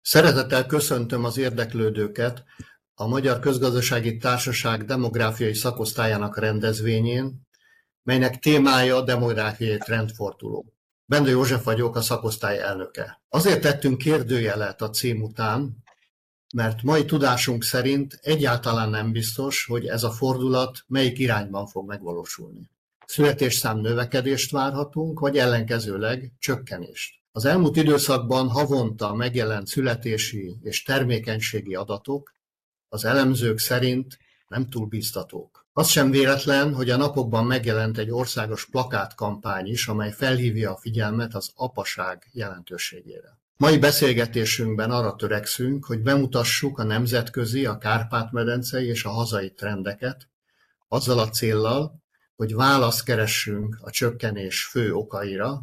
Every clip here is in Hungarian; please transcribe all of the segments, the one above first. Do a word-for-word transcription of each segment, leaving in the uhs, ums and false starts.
Szeretettel köszöntöm az érdeklődőket a Magyar Közgazdasági Társaság demográfiai szakosztályának rendezvényén, melynek témája demográfiai trendforduló. Bendő József vagyok, a szakosztály elnöke. Azért tettünk kérdőjelet a cím után, mert mai tudásunk szerint egyáltalán nem biztos, hogy ez a fordulat melyik irányban fog megvalósulni. Születésszám növekedést várhatunk, vagy ellenkezőleg csökkenést. Az elmúlt időszakban havonta megjelent születési és termékenységi adatok az elemzők szerint nem túl bíztatók. Az sem véletlen, hogy a napokban megjelent egy országos plakátkampány is, amely felhívja a figyelmet az apaság jelentőségére. Mai beszélgetésünkben arra törekszünk, hogy bemutassuk a nemzetközi, a Kárpát-medencei és a hazai trendeket, azzal a céllal, hogy választ keressünk a csökkenés fő okaira.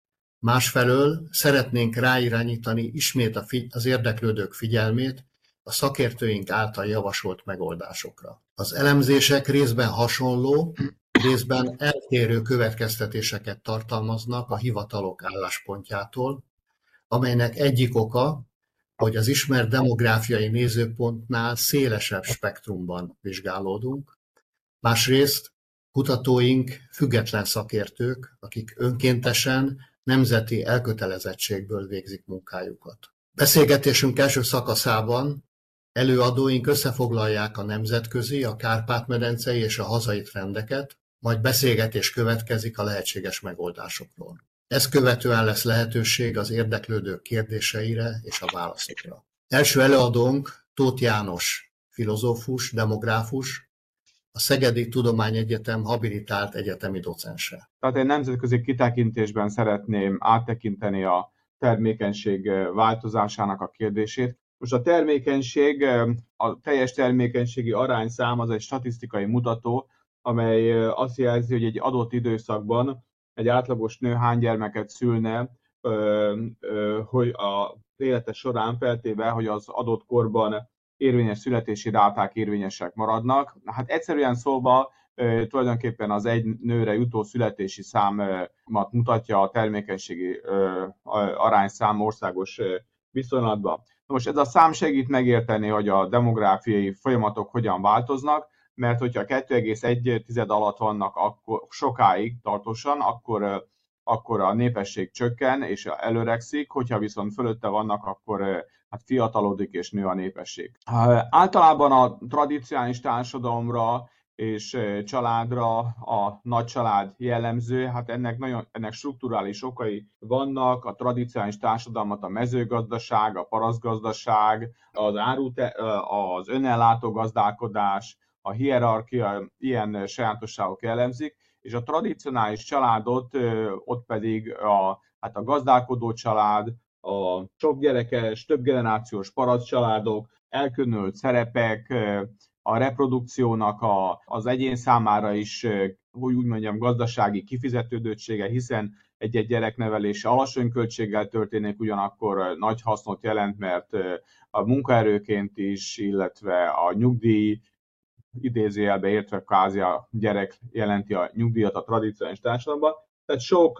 Másfelől szeretnénk ráirányítani ismét az érdeklődők figyelmét a szakértőink által javasolt megoldásokra. Az elemzések részben hasonló, részben eltérő következtetéseket tartalmaznak a hivatalok álláspontjától, amelynek egyik oka, hogy az ismert demográfiai nézőpontnál szélesebb spektrumban vizsgálódunk, másrészt kutatóink független szakértők, akik önkéntesen, nemzeti elkötelezettségből végzik munkájukat. Beszélgetésünk első szakaszában előadóink összefoglalják a nemzetközi, a Kárpát-medencei és a hazai trendeket, majd beszélgetés következik a lehetséges megoldásokról. Ezt követően lesz lehetőség az érdeklődők kérdéseire és a válaszokra. Első előadónk Tóth János, filozófus, demográfus, a Szegedi Tudományegyetem habilitált egyetemi docense. Tehát egy nemzetközi kitekintésben szeretném áttekinteni a termékenység változásának a kérdését. Most a termékenység, a teljes termékenységi arányszám az egy statisztikai mutató, amely azt jelzi, hogy egy adott időszakban egy átlagos nő hány gyermeket szülne, hogy a élete során feltéve, hogy az adott korban érvényes születési ráták érvényesek maradnak. Hát egyszerűen szólva tulajdonképpen az egy nőre jutó születési számat mutatja a termékenységi arányszám országos viszonylatban. Most ez a szám segít megérteni, hogy a demográfiai folyamatok hogyan változnak, mert hogyha kettő egész egy alatt vannak akkor sokáig tartósan, akkor, akkor a népesség csökken és előregszik, hogyha viszont fölötte vannak, akkor hát fiatalodik és nő a népesség. Általában a tradicionális társadalomra és családra a nagycsalád jellemző, hát ennek nagyon ennek strukturális okai vannak, a tradicionális társadalmat a mezőgazdaság, a parasztgazdaság, az, árute, az önellátó gazdálkodás, a hierarchia, ilyen sajátosságok jellemzik, és a tradicionális családot ott pedig a, hát a gazdálkodó család, a sok gyerekes, több generációs paraszt családok, elkülönült szerepek, a reprodukciónak a, az egyén számára is, hogy úgy mondjam, gazdasági kifizetődöttsége, hiszen egy-egy gyereknevelése alacsony költséggel történik, ugyanakkor nagy hasznot jelent, mert a munkaerőként is, illetve a nyugdíj, idézőjelbe értve kvázi a gyerek jelenti a nyugdíjat a tradicionális társadalomban. Tehát sok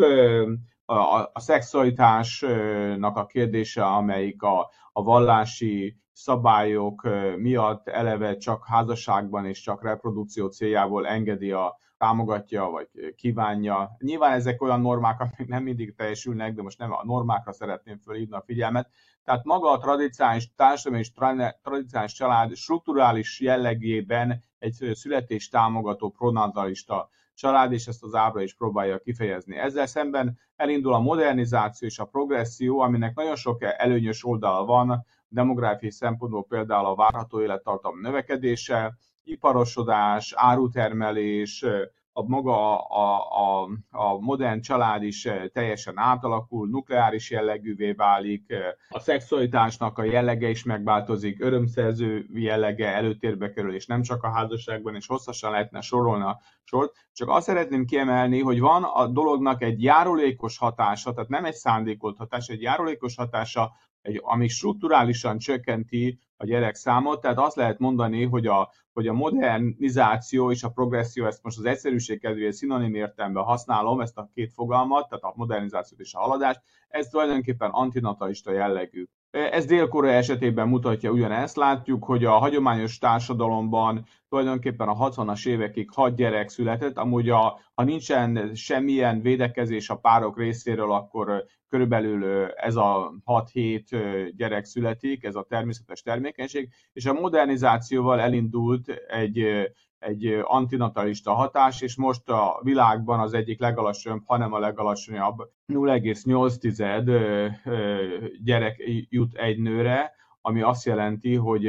a, a, a szexualitásnak a kérdése, amelyik a, a vallási szabályok miatt eleve csak házasságban és csak reprodukció céljából engedi, a, támogatja vagy kívánja. Nyilván ezek olyan normák, amik nem mindig teljesülnek, de most nem a normákra szeretném fölhívni a figyelmet. Tehát maga a tradicionális társadalom és tradicionális család strukturális jellegében egy születést támogató pronatalista család, és ezt az ábra is próbálja kifejezni. Ezzel szemben elindul a modernizáció és a progresszió, aminek nagyon sok előnyös oldala van, demográfiai szempontból például a várható élettartam növekedése, iparosodás, árutermelés, a maga a, a, a modern család is teljesen átalakul, nukleáris jellegűvé válik, a szexualitásnak a jellege is megváltozik, örömszerző jellege előtérbe kerül, és nem csak a házasságban, és hosszasan lehetne sorolni a sort. Csak azt szeretném kiemelni, hogy van a dolognak egy járulékos hatása, tehát nem egy szándékolt hatás, egy járulékos hatása, ami strukturálisan csökkenti a gyerekszámot, tehát azt lehet mondani, hogy a, hogy a modernizáció és a progresszió, ezt most az egyszerűség kedvéért szinonim értelemben használom, ezt a két fogalmat, tehát a modernizációt és a haladást, ez tulajdonképpen antinatalista jellegű. Ez Dél-Korea esetében mutatja ugyanezt. Látjuk, hogy a hagyományos társadalomban tulajdonképpen a hatvanas évekig hat gyerek született. Amúgy a, ha nincsen semmilyen védekezés a párok részéről, akkor körülbelül ez a hat-hét gyerek születik, ez a természetes termékenység, és a modernizációval elindult egy, egy antinatalista hatás, és most a világban az egyik legalacsonyabb, hanem a legalacsonyabb nulla egész nyolc gyerek jut egy nőre, ami azt jelenti, hogy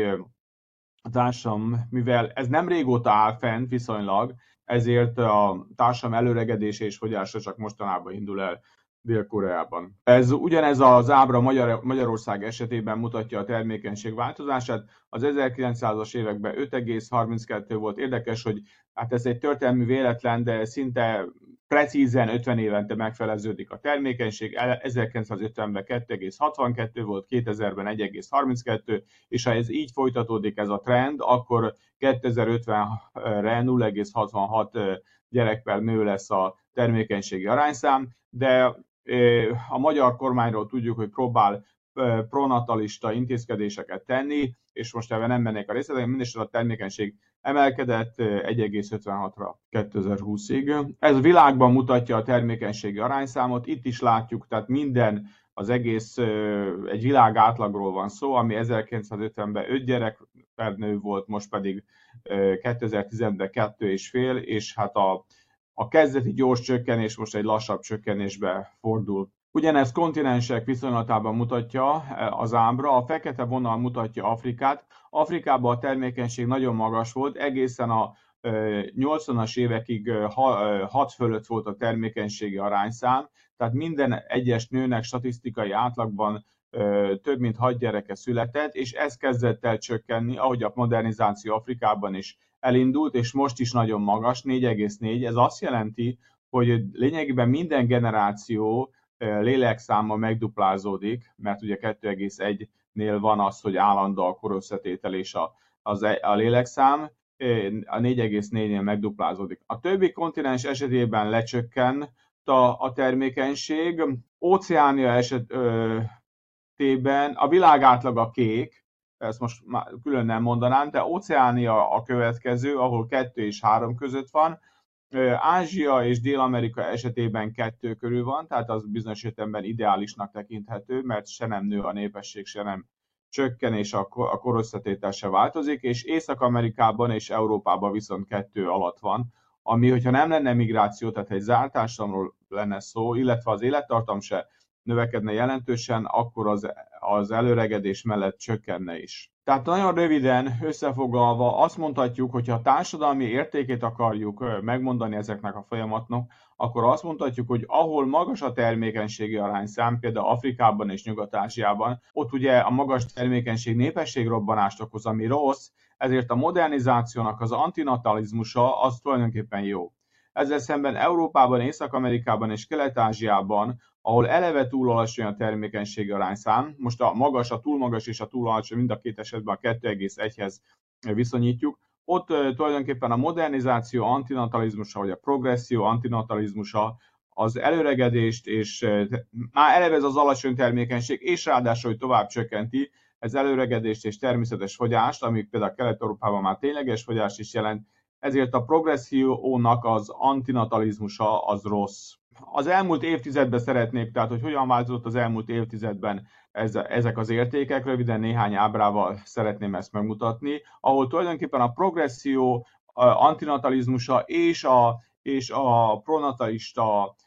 a társadalom, mivel ez nem régóta áll fent viszonylag, ezért a társadalom előregedése és fogyása csak mostanában indul el Dél-Koreában. Ez ugyanez az ábra Magyar, Magyarország esetében mutatja a termékenység változását. Az ezerkilencszázas években öt egész harminckettő volt. Érdekes, hogy hát ez egy történelmi véletlen, de szinte precízen ötven évente megfeleződik a termékenység. ezerkilencszázötvenben kettő egész hatvankettő volt, kétezerben egy egész harminckettő, és ha ez így folytatódik ez a trend, akkor kétezer-ötvenre nulla egész hatvanhat gyerek per nő lesz a termékenységi arányszám, de a magyar kormányról tudjuk, hogy próbál pronatalista intézkedéseket tenni, és most ebben nem mennék a részletekbe, mindesetre a termékenység emelkedett egy egész ötvenhatra kétezer-húszig. Ez a világban mutatja a termékenységi arányszámot, itt is látjuk, tehát minden, az egész egy világ átlagról van szó, ami ezerkilencszázötvenben öt gyerek per nő volt, most pedig kétezer-tízben kettő és fél, és hát a A kezdeti gyors csökkenés most egy lassabb csökkenésbe fordul. Ugyanez kontinensek viszonylatában mutatja az ábra, a fekete vonal mutatja Afrikát. Afrikában a termékenység nagyon magas volt, egészen a nyolcvanas évekig hat fölött volt a termékenységi arányszám, tehát minden egyes nőnek statisztikai átlagban több mint hat gyereke született, és ez kezdett el csökkenni, ahogy a modernizáció Afrikában is elindult, és most is nagyon magas, négy egész négy. Ez azt jelenti, hogy lényegében minden generáció lélekszáma megduplázódik, mert ugye kettő egész egynél van az, hogy állandó a korösszetétel és a, az, a lélekszám, a négy egész négynél megduplázódik. A többi kontinens esetében lecsökkent a, a termékenység. Óceánia esetében a világ átlaga kék, ezt most külön nem mondanám, de Óceánia a következő, ahol kettő és három között van. Ázsia és Dél-Amerika esetében kettő körül van, tehát az bizonyos értelemben ideálisnak tekinthető, mert se nem nő a népesség, se nem csökken, és a korösszetétel se változik, és Észak-Amerikában és Európában viszont kettő alatt van, ami, hogyha nem lenne migráció, tehát egy zárt társadalomról lenne szó, illetve az élettartam se növekedne jelentősen, akkor az, az előregedés mellett csökkenne is. Tehát nagyon röviden összefoglalva azt mondhatjuk, hogy ha a társadalmi értékét akarjuk megmondani ezeknek a folyamatnak, akkor azt mondhatjuk, hogy ahol magas a termékenységi arányszám, például Afrikában és Nyugat-Ázsiában, ott ugye a magas termékenység népességrobbanást okoz, ami rossz, ezért a modernizációnak az antinatalizmusa az tulajdonképpen jó. Ezzel szemben Európában, Észak-Amerikában és Kelet-Ázsiában, ahol eleve túl alacsony a termékenységi arányszám, most a magas, a túl magas és a túl alacsony mind a két esetben a kettő egész egyhez viszonyítjuk, ott tulajdonképpen a modernizáció antinatalizmusa, vagy a progresszió antinatalizmusa az előregedést, és már eleve ez az alacsony termékenység, és ráadásul, hogy tovább csökkenti, ez előregedést és természetes fogyást, ami például Kelet-Európában már tényleges fogyást is jelent, ezért a progressziónak az antinatalizmusa az rossz. Az elmúlt évtizedben szeretnék, tehát hogy hogyan változott az elmúlt évtizedben ez, ezek az értékek, röviden néhány ábrával szeretném ezt megmutatni, ahol tulajdonképpen a progresszió antinatalizmusa és a, és a pronatalista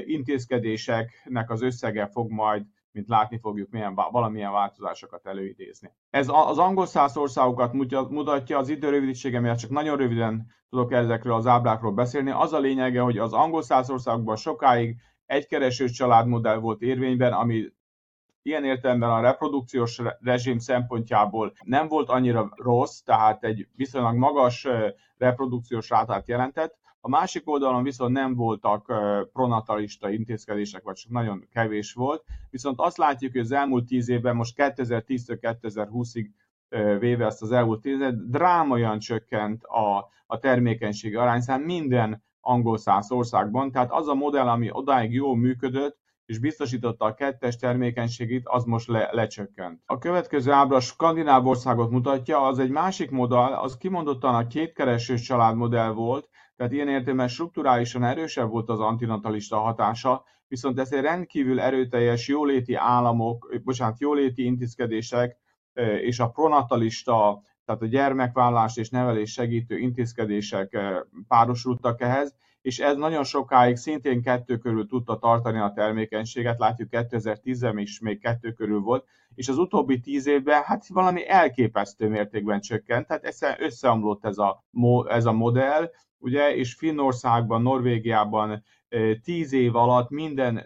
intézkedéseknek az összege fog majd, mint látni fogjuk, milyen, valamilyen változásokat előidézni. Ez az angol száz országokat mutatja, az idő rövidsége miatt csak nagyon röviden tudok ezekről az ábrákról beszélni. Az a lényege, hogy az angol száz országokban sokáig egykeresős családmodell volt érvényben, ami ilyen értelemben a reprodukciós rezsim szempontjából nem volt annyira rossz, tehát egy viszonylag magas reprodukciós rátát jelentett. A másik oldalon viszont nem voltak pronatalista intézkedések, vagy csak nagyon kevés volt, viszont azt látjuk, hogy az elmúlt tíz évben, most kétezer-tíztől kétezer-húszig véve ezt az elmúlt tíz évet, drámaian csökkent a, a termékenységi arányszám minden angol száz országban, tehát az a modell, ami odáig jól működött, és biztosította a kettes termékenységét, az most le, lecsökkent. A következő ábra a skandináv országot mutatja, az egy másik modell, az kimondottan a kétkeresős családmodell volt, tehát ilyen értelemben strukturálisan erősebb volt az antinatalista hatása, viszont ez egy rendkívül erőteljes jóléti államok, bocsánat, jóléti intézkedések és a pronatalista, tehát a gyermekvállalást és nevelés segítő intézkedések párosultak ehhez, és ez nagyon sokáig szintén kettő körül tudta tartani a termékenységet, látjuk kétezer-tízben is még kettő körül volt, és az utóbbi tíz évben hát valami elképesztő mértékben csökkent, tehát összeomlott ez a, ez a modell, ugye, és Finnországban, Norvégiában tíz év alatt minden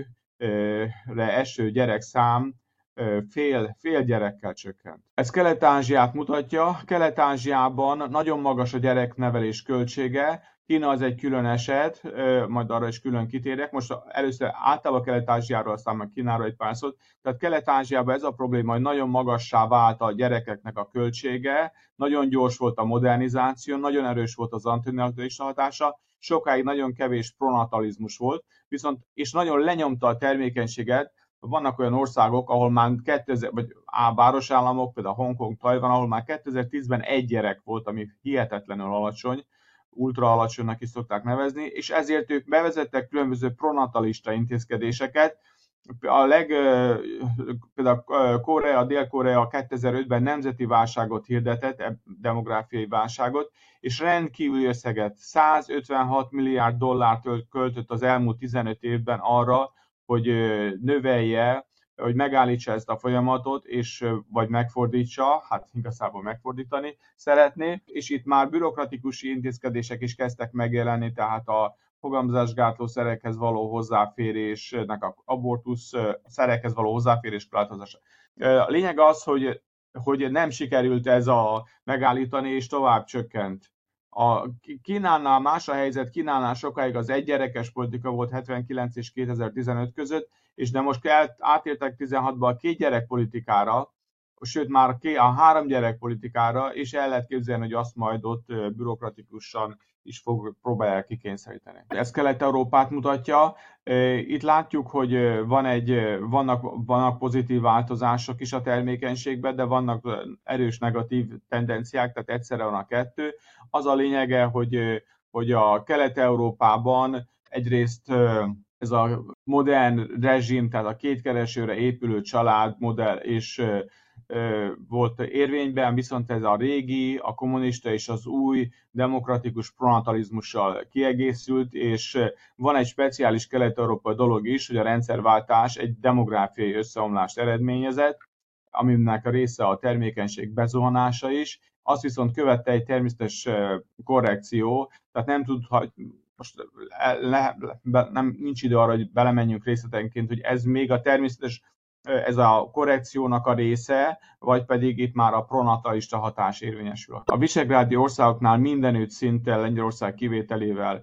nőre eső gyerekszám fél, fél gyerekkel csökkent. Ez Kelet-Ázsiát mutatja. Kelet-Ázsiában nagyon magas a gyereknevelés költsége, Kína az egy külön eset, majd arra is külön kitérek. Most először általában Kelet-Ázsiáról, aztán meg Kínáról egy pár szót. Tehát Kelet-Ázsiában ez a probléma, hogy nagyon magassá vált a gyerekeknek a költsége, nagyon gyors volt a modernizáció, nagyon erős volt az antinatalista hatása, sokáig nagyon kevés pronatalizmus volt, viszont és nagyon lenyomta a termékenységet. Vannak olyan országok, ahol már kétezer, vagy á, városállamok, például Hongkong, Tajvan, ahol már kétezer-tízben egy gyerek volt, ami hihetetlenül alacsony, ultra alacsonynak is szokták nevezni, és ezért ők bevezettek különböző pronatalista intézkedéseket. A leg, például Korea, Dél-Korea kétezer-ötben nemzeti válságot hirdetett, demográfiai válságot, és rendkívüli összeget, százötvenhat milliárd dollárt költött az elmúlt tizenöt évben arra, hogy növelje, hogy megállítsa ezt a folyamatot, és vagy megfordítsa, hát igazából megfordítani szeretné, és itt már bürokratikus intézkedések is kezdtek megjelenni, tehát a fogamzásgátló szerekhez való hozzáférésnek, a abortusz szerekhez való hozzáférés korlátozása. A lényeg az, hogy, hogy nem sikerült ez a megállítani, és tovább csökkent. A Kínánál más a helyzet, Kínánál sokáig az egygyerekes politika volt hetvenkilenc és kétezer-tizenöt között, és de most átértek tizenhatban a két gyerek politikára, sőt már a három gyerek politikára, és el lehet képzelni, hogy azt majd ott bürokratikusan is fog, próbálják kikényszeríteni. Ez Kelet-Európát mutatja. Itt látjuk, hogy van egy, vannak, vannak pozitív változások is a termékenységben, de vannak erős negatív tendenciák, tehát egyszerre van a kettő. Az a lényege, hogy, hogy a Kelet-Európában egyrészt ez a modern rezsim, tehát a kétkeresőre épülő családmodell és volt érvényben, viszont ez a régi, a kommunista és az új demokratikus pronatalizmussal kiegészült, és van egy speciális kelet-európai dolog is, hogy a rendszerváltás egy demográfiai összeomlást eredményezett, aminek a része a termékenység bezuhanása is, azt viszont követte egy természetes korrekció, tehát nem tud, most le, le, nem, nincs idő arra, hogy belemenjünk részletenként, hogy ez még a természetes ez a korrekciónak a része, vagy pedig itt már a pronatalista hatás érvényesül. A visegrádi országoknál mindenütt szinten, Lengyelország kivételével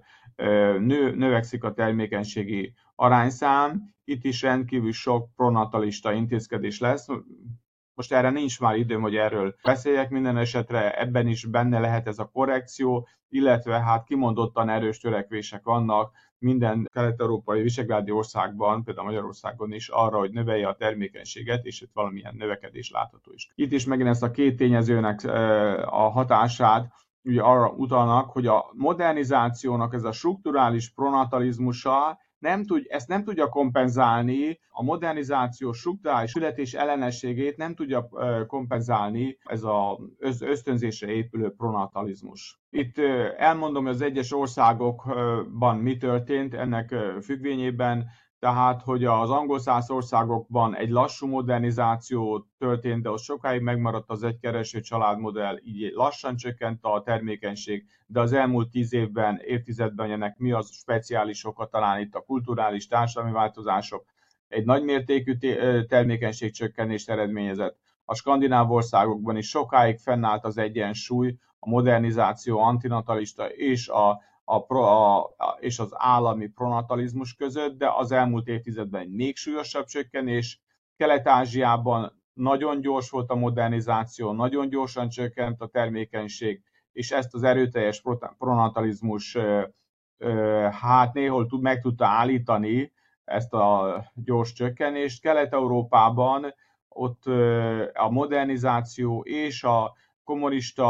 nő, növekszik a termékenységi arányszám, itt is rendkívül sok pronatalista intézkedés lesz. Most erre nincs már időm, hogy erről beszéljek, minden esetre ebben is benne lehet ez a korrekció, illetve hát kimondottan erős törekvések vannak minden kelet-európai visegrádi országban, például Magyarországon is arra, hogy növelje a termékenységet, és itt valamilyen növekedés látható is. Itt is megint ezt a két tényezőnek a hatását ugye arra utalnak, hogy a modernizációnak ez a strukturális pronatalizmusa nem tud, ezt nem tudja kompenzálni, a modernizáció strukturális születés ellenességét nem tudja kompenzálni ez az ösztönzésre épülő pronatalizmus. Itt elmondom, hogy az egyes országokban mi történt ennek függvényében, tehát, hogy az angolszász országokban egy lassú modernizáció történt, de ott sokáig megmaradt az egykereső családmodell, így lassan csökkent a termékenység, de az elmúlt tíz évben, évtizedben ennek mi az speciális oka, talán itt a kulturális, társadalmi változások, egy nagymértékű termékenységcsökkenést eredményezett. A skandináv országokban is sokáig fennállt az egyensúly, a modernizáció, antinatalista és a A pro, a, és az állami pronatalizmus között, de az elmúlt évtizedben egy még súlyosabb csökkenés. Kelet-Ázsiában nagyon gyors volt a modernizáció, nagyon gyorsan csökkent a termékenység, és ezt az erőteljes pronatalizmus hát néhol meg tudta állítani, ezt a gyors csökkenést. Kelet-Európában ott a modernizáció és a kommunista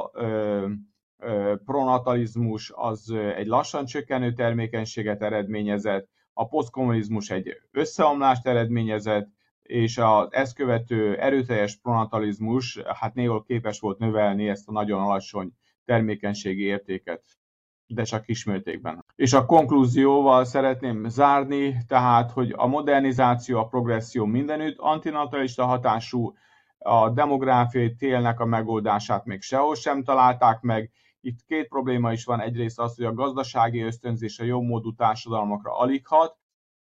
pronatalizmus az egy lassan csökkenő termékenységet eredményezett, a posztkommunizmus egy összeomlást eredményezett, és az ezt követő erőteljes pronatalizmus hát néhol képes volt növelni ezt a nagyon alacsony termékenységi értéket, de csak kismértékben. És a konklúzióval szeretném zárni, tehát, hogy a modernizáció, a progresszió mindenütt antinatalista hatású, a demográfiai télnek a megoldását még sehol sem találták meg. Itt két probléma is van, egyrészt az, hogy a gazdasági ösztönzés a jobbmódú társadalmakra alig hat,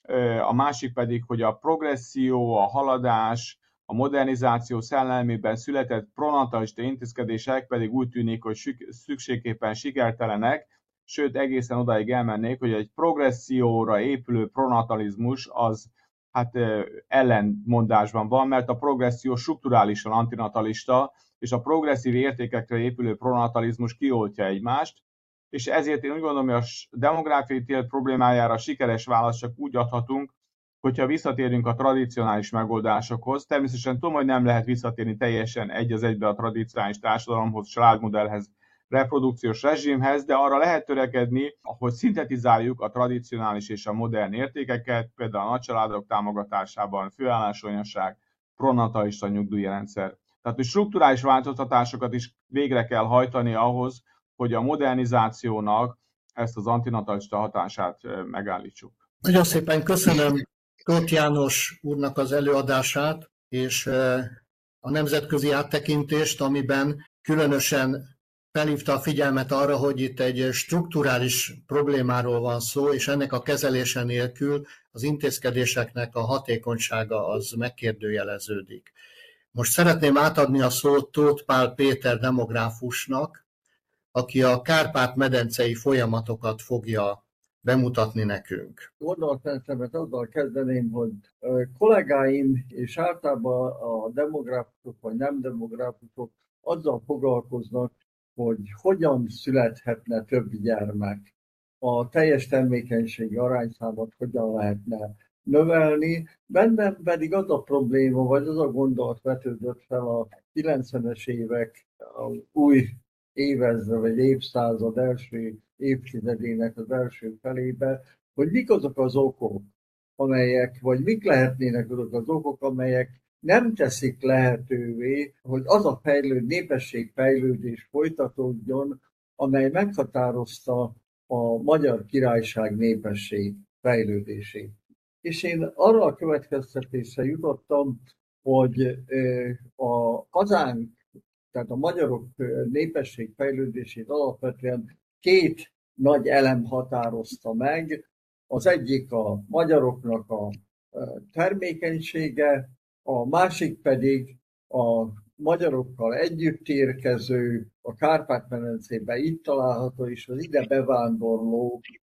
a másik pedig, hogy a progresszió, a haladás, a modernizáció szellemében született pronatalista intézkedések pedig úgy tűnik, hogy szükségképpen sikertelenek, sőt egészen odáig elmennék, hogy egy progresszióra épülő pronatalizmus az hát ellentmondásban van, mert a progresszió strukturálisan antinatalista, és a progresszív értékekre épülő pronatalizmus kioltja egymást, és ezért én úgy gondolom, hogy a demográfiai tél problémájára sikeres választ csak úgy adhatunk, hogyha visszatérünk a tradicionális megoldásokhoz. Természetesen tudom, hogy nem lehet visszatérni teljesen egy az egybe a tradicionális társadalomhoz, családmodellhez, reprodukciós rezsimhez, de arra lehet törekedni, hogy szintetizáljuk a tradicionális és a modern értékeket, például a nagycsaládok támogatásában, főállásanyaság, pronatalista nyugdíjrendszer. Tehát, hogy strukturális változtatásokat is végre kell hajtani ahhoz, hogy a modernizációnak ezt az antinatalista hatását megállítsuk. Nagyon szépen köszönöm Tóth János úrnak az előadását, és a nemzetközi áttekintést, amiben különösen felhívta a figyelmet arra, hogy itt egy strukturális problémáról van szó, és ennek a kezelése nélkül az intézkedéseknek a hatékonysága az megkérdőjeleződik. Most szeretném átadni a szót Tóth Pál Péter demográfusnak, aki a Kárpát-medencei folyamatokat fogja bemutatni nekünk. Gondolatmenetemet azzal kezdeném, hogy kollégáim és általában a demográfusok vagy nem demográfusok azzal foglalkoznak, hogy hogyan születhetne több gyermek, a teljes termékenységi arányszámot hogyan lehetne növelni. Bennem pedig az a probléma, vagy az a gondolat vetődött fel a kilencvenes évek az új évezred vagy évszázad első évtizedének az első felébe, hogy mik azok az okok, amelyek, vagy mik lehetnének azok az okok, amelyek nem teszik lehetővé, hogy az a fejlőd, népességfejlődés folytatódjon, amely meghatározta a Magyar Királyság népesség fejlődését. És én arra a következtetésre jutottam, hogy a hazánk, tehát a magyarok népesség fejlődését alapvetően két nagy elem határozta meg. Az egyik a magyaroknak a termékenysége, a másik pedig a magyarokkal együtt érkező, a Kárpát-medencében itt található és az ide bevándorló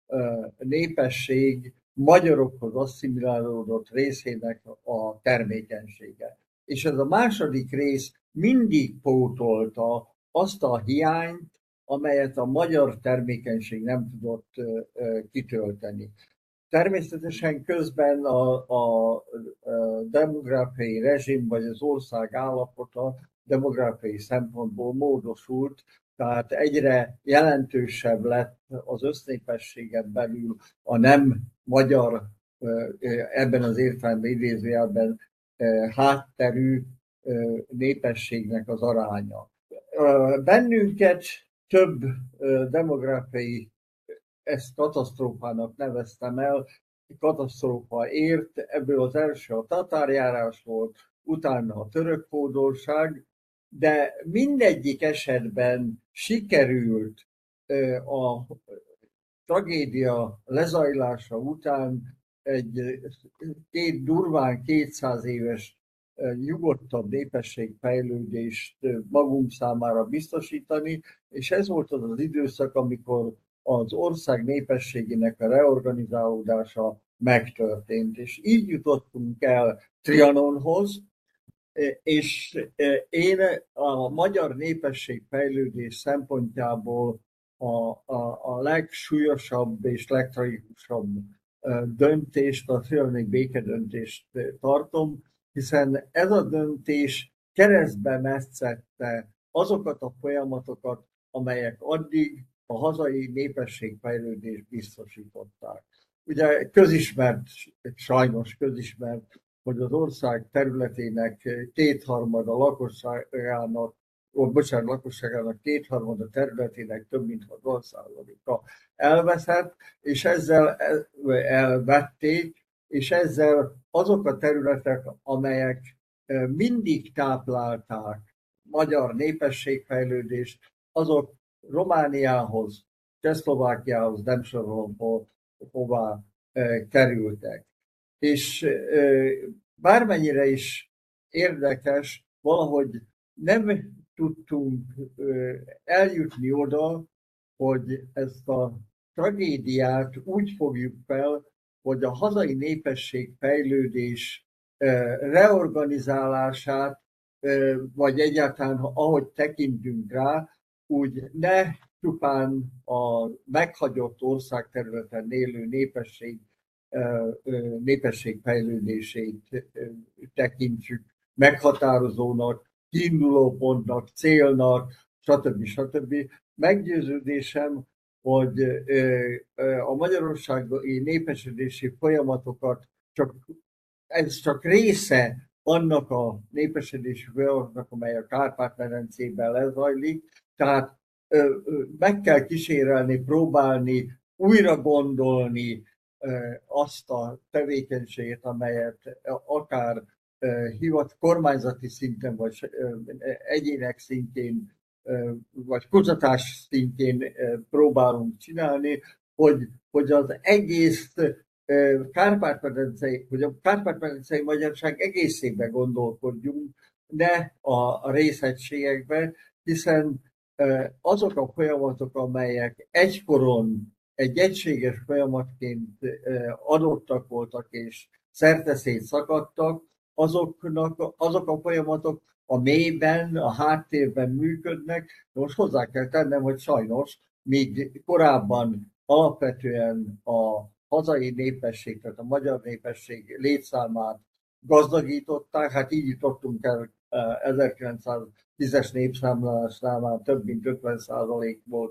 népesség magyarokhoz asszimilálódott részének a termékenysége. És ez a második rész mindig pótolta azt a hiányt, amelyet a magyar termékenység nem tudott kitölteni. Természetesen közben a, a demográfiai rezsim vagy az ország állapota demográfiai szempontból módosult, tehát egyre jelentősebb lett az össznépességen belül a nem magyar, ebben az értelemben idézőjelben hátterű népességnek az aránya. Bennünket több demográfiai, ezt katasztrófának neveztem el, katasztrófa ért, ebből az első a tatárjárás volt, utána a török hódoltság, de mindegyik esetben sikerült a tragédia lezajlása után egy két, durván kétszáz éves nyugodtabb népességfejlődést magunk számára biztosítani, és ez volt az az időszak, amikor az ország népességének a reorganizálódása megtörtént. És így jutottunk el Trianonhoz, és én a magyar népességfejlődés szempontjából a, a, a legsúlyosabb és legtragikusabb döntést, a trianoni békedöntést tartom, hiszen ez a döntés keresztbe metszette azokat a folyamatokat, amelyek addig a hazai népességfejlődést biztosították. Ugye közismert, sajnos közismert, hogy az ország területének kétharmada lakosságának, ó, bocsánat, lakosságának kétharmada területének több mint hatvan százaléka elveszett, és ezzel elvették, és ezzel azok a területek, amelyek mindig táplálták magyar népességfejlődést, azok Romániához, Csehszlovákiához, nem sorolom, hová kerültek. És bármennyire is érdekes, valahogy nem tudtunk eljutni oda, hogy ezt a tragédiát úgy fogjuk fel, hogy a hazai népességfejlődés reorganizálását, vagy egyáltalán ahogy tekintünk rá, úgy ne csupán a meghagyott országterületen élő népesség, népességfejlődését tekintsük meghatározónak, kiindulópontnak, célnak, stb. stb. Meggyőződésem, hogy a magyarországi népesedési folyamatokat csak, ez csak része annak a népesedési folyamatnak, amely a Kárpát-medencében lezajlik, tehát meg kell kísérelni, próbálni, újra gondolni azt a tevékenységet, amelyet akár hivat kormányzati szinten, vagy egyének szintjén, vagy kutatás szintjén próbálunk csinálni, hogy, hogy az egész Kárpát-medencei, hogy a Kárpát-medencei magyarság egészében gondolkodjunk, ne a részegységekben, hiszen azok a folyamatok, amelyek egykoron egy egységes folyamatként adottak voltak és szerteszét szakadtak, azoknak, azok a folyamatok a mélyben, a háttérben működnek. Most hozzá kell tennem, hogy sajnos, míg korábban alapvetően a hazai népesség, tehát a magyar népesség létszámát gazdagították, hát így jutottunk el ezerkilencszáztízes népszámlálásnál már több mint ötven százalék volt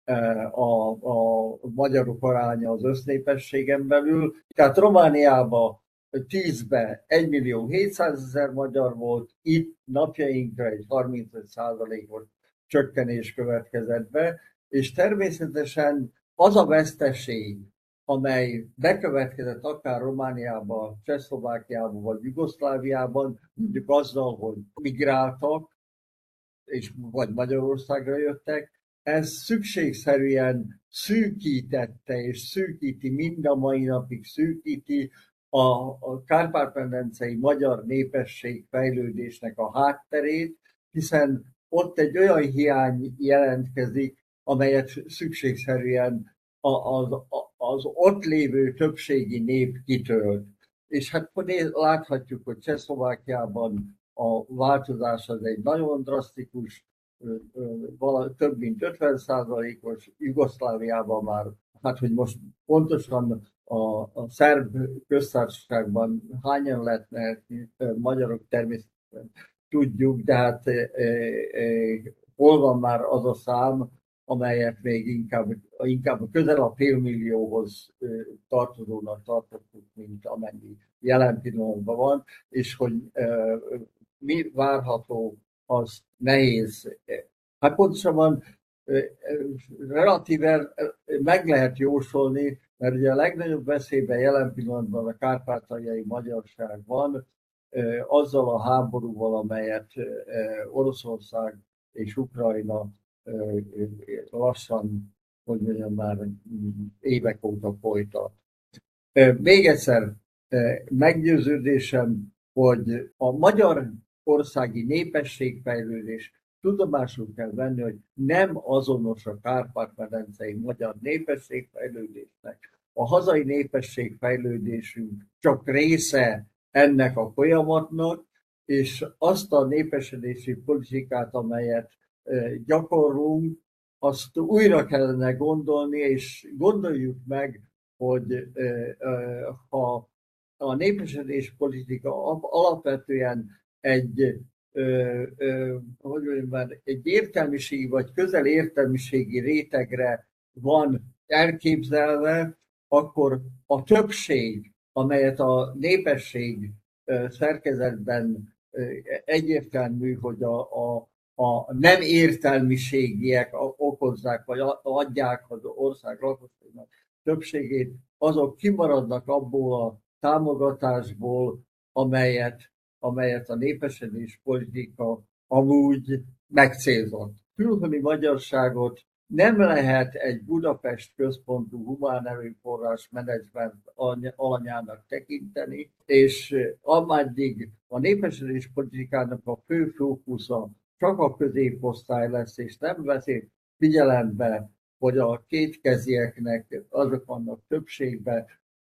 a, a magyarok aránya az össznépességen belül. Tehát Romániában tízben egymillió hétszázezer magyar volt, itt napjainkra egy harmincöt százalékos csökkenés következett be, és természetesen az a veszteség, amely bekövetkezett akár Romániában, Csehszlovákiában vagy Jugoszláviában, mondjuk azzal, hogy migráltak, és vagy Magyarországra jöttek, ez szükségszerűen szűkítette és szűkíti, mind a mai napig szűkíti a, a Kárpát-medencei magyar népesség fejlődésnek a hátterét, hiszen ott egy olyan hiány jelentkezik, amelyet szükségszerűen az, az ott lévő többségi nép kitölt. És hát láthatjuk, hogy Csehszlovákiában a változás az egy nagyon drasztikus, több mint ötven százalékos, Jugoszláviában már, hát hogy most pontosan a, a szerb köztársaságban hányan lehetnek magyarok, természetesen tudjuk, de hát e, e, hol van már az a szám, amelyet még inkább, inkább közel a félmillióhoz tartozónak tartottuk, mint amennyi jelen pillanatban van, és hogy e, mi várható, az nehéz. Hát pontosabban relatíven meg lehet jósolni, mert ugye a legnagyobb veszélyben jelen pillanatban a kárpátaljai magyarság van, azzal a háborúval, amelyet Oroszország és Ukrajna lassan, hogy mondjam, már évek óta folytat. Még egyszer meggyőződésem, hogy a magyar országi népességfejlődés tudomásul kell venni, hogy nem azonos a Kárpát-medencei magyar népességfejlődésnek. A hazai népességfejlődésünk csak része ennek a folyamatnak, és azt a népesedési politikát, amelyet gyakorlunk, azt újra kellene gondolni, és gondoljuk meg, hogy ha a népesedés politika alapvetően egy, hogy mondjam, egy értelmiségi vagy közel értelmiségi rétegre van elképzelve, akkor a többség, amelyet a népesség szerkezetben egyértelmű, hogy a, a, a nem értelmiségiek okozzák, vagy adják az ország lakosságnak többségét, azok kimaradnak abból a támogatásból, amelyet, amelyet a népesedés politika amúgy megcélzott. Külföldi magyarságot nem lehet egy Budapest központú humán erőforrás menedzsment alanyának tekinteni, és ameddig a népesedés politikának a fő fókusza csak a középosztály lesz, és nem veszi figyelembe, hogy a kétkezieknek azok vannak többségben,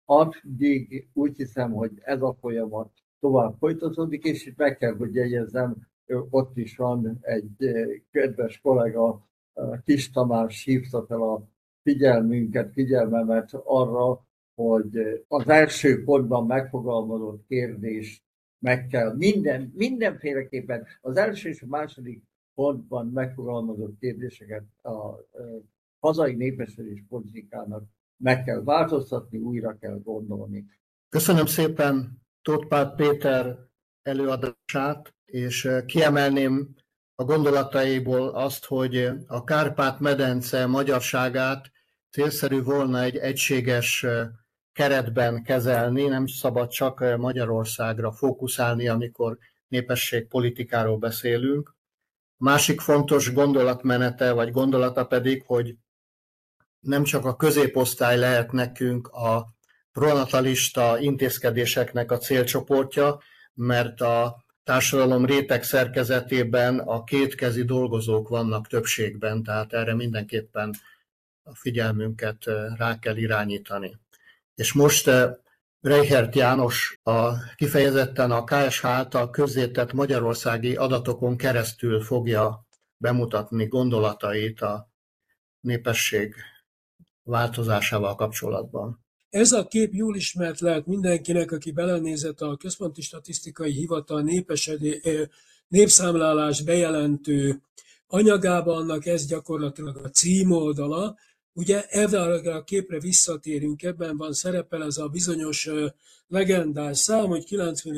addig úgy hiszem, hogy ez a folyamat tovább folytatódik, és itt meg kell, hogy jegyezzem, ott is van egy kedves kollega, Kis Tamás hívta fel a figyelmünket, figyelmemet arra, hogy az első pontban megfogalmazott kérdést meg kell minden, mindenféleképpen az első és a második pontban megfogalmazott kérdéseket a hazai népesedés politikának meg kell változtatni, újra kell gondolni. Köszönöm szépen Tóth Pál Péter előadását, és kiemelném a gondolataiból azt, hogy a Kárpát-medence magyarságát célszerű volna egy egységes keretben kezelni, nem szabad csak Magyarországra fókuszálni, amikor népességpolitikáról beszélünk. A másik fontos gondolatmenete, vagy gondolata pedig, hogy nem csak a középosztály lehet nekünk a pronatalista intézkedéseknek a célcsoportja, mert a társadalom réteg szerkezetében a kétkezi dolgozók vannak többségben, tehát erre mindenképpen a figyelmünket rá kell irányítani. És most Reichert János a, kifejezetten a ká es há által közzétett magyarországi adatokon keresztül fogja bemutatni gondolatait a népesség változásával kapcsolatban. Ez a kép jól ismert lehet mindenkinek, aki belenézett a Központi Statisztikai Hivatal népesedé, népszámlálás bejelentő anyagába, annak ez gyakorlatilag a címoldala. Ugye erre a képre visszatérünk, ebben van szerepel ez a bizonyos legendás szám, hogy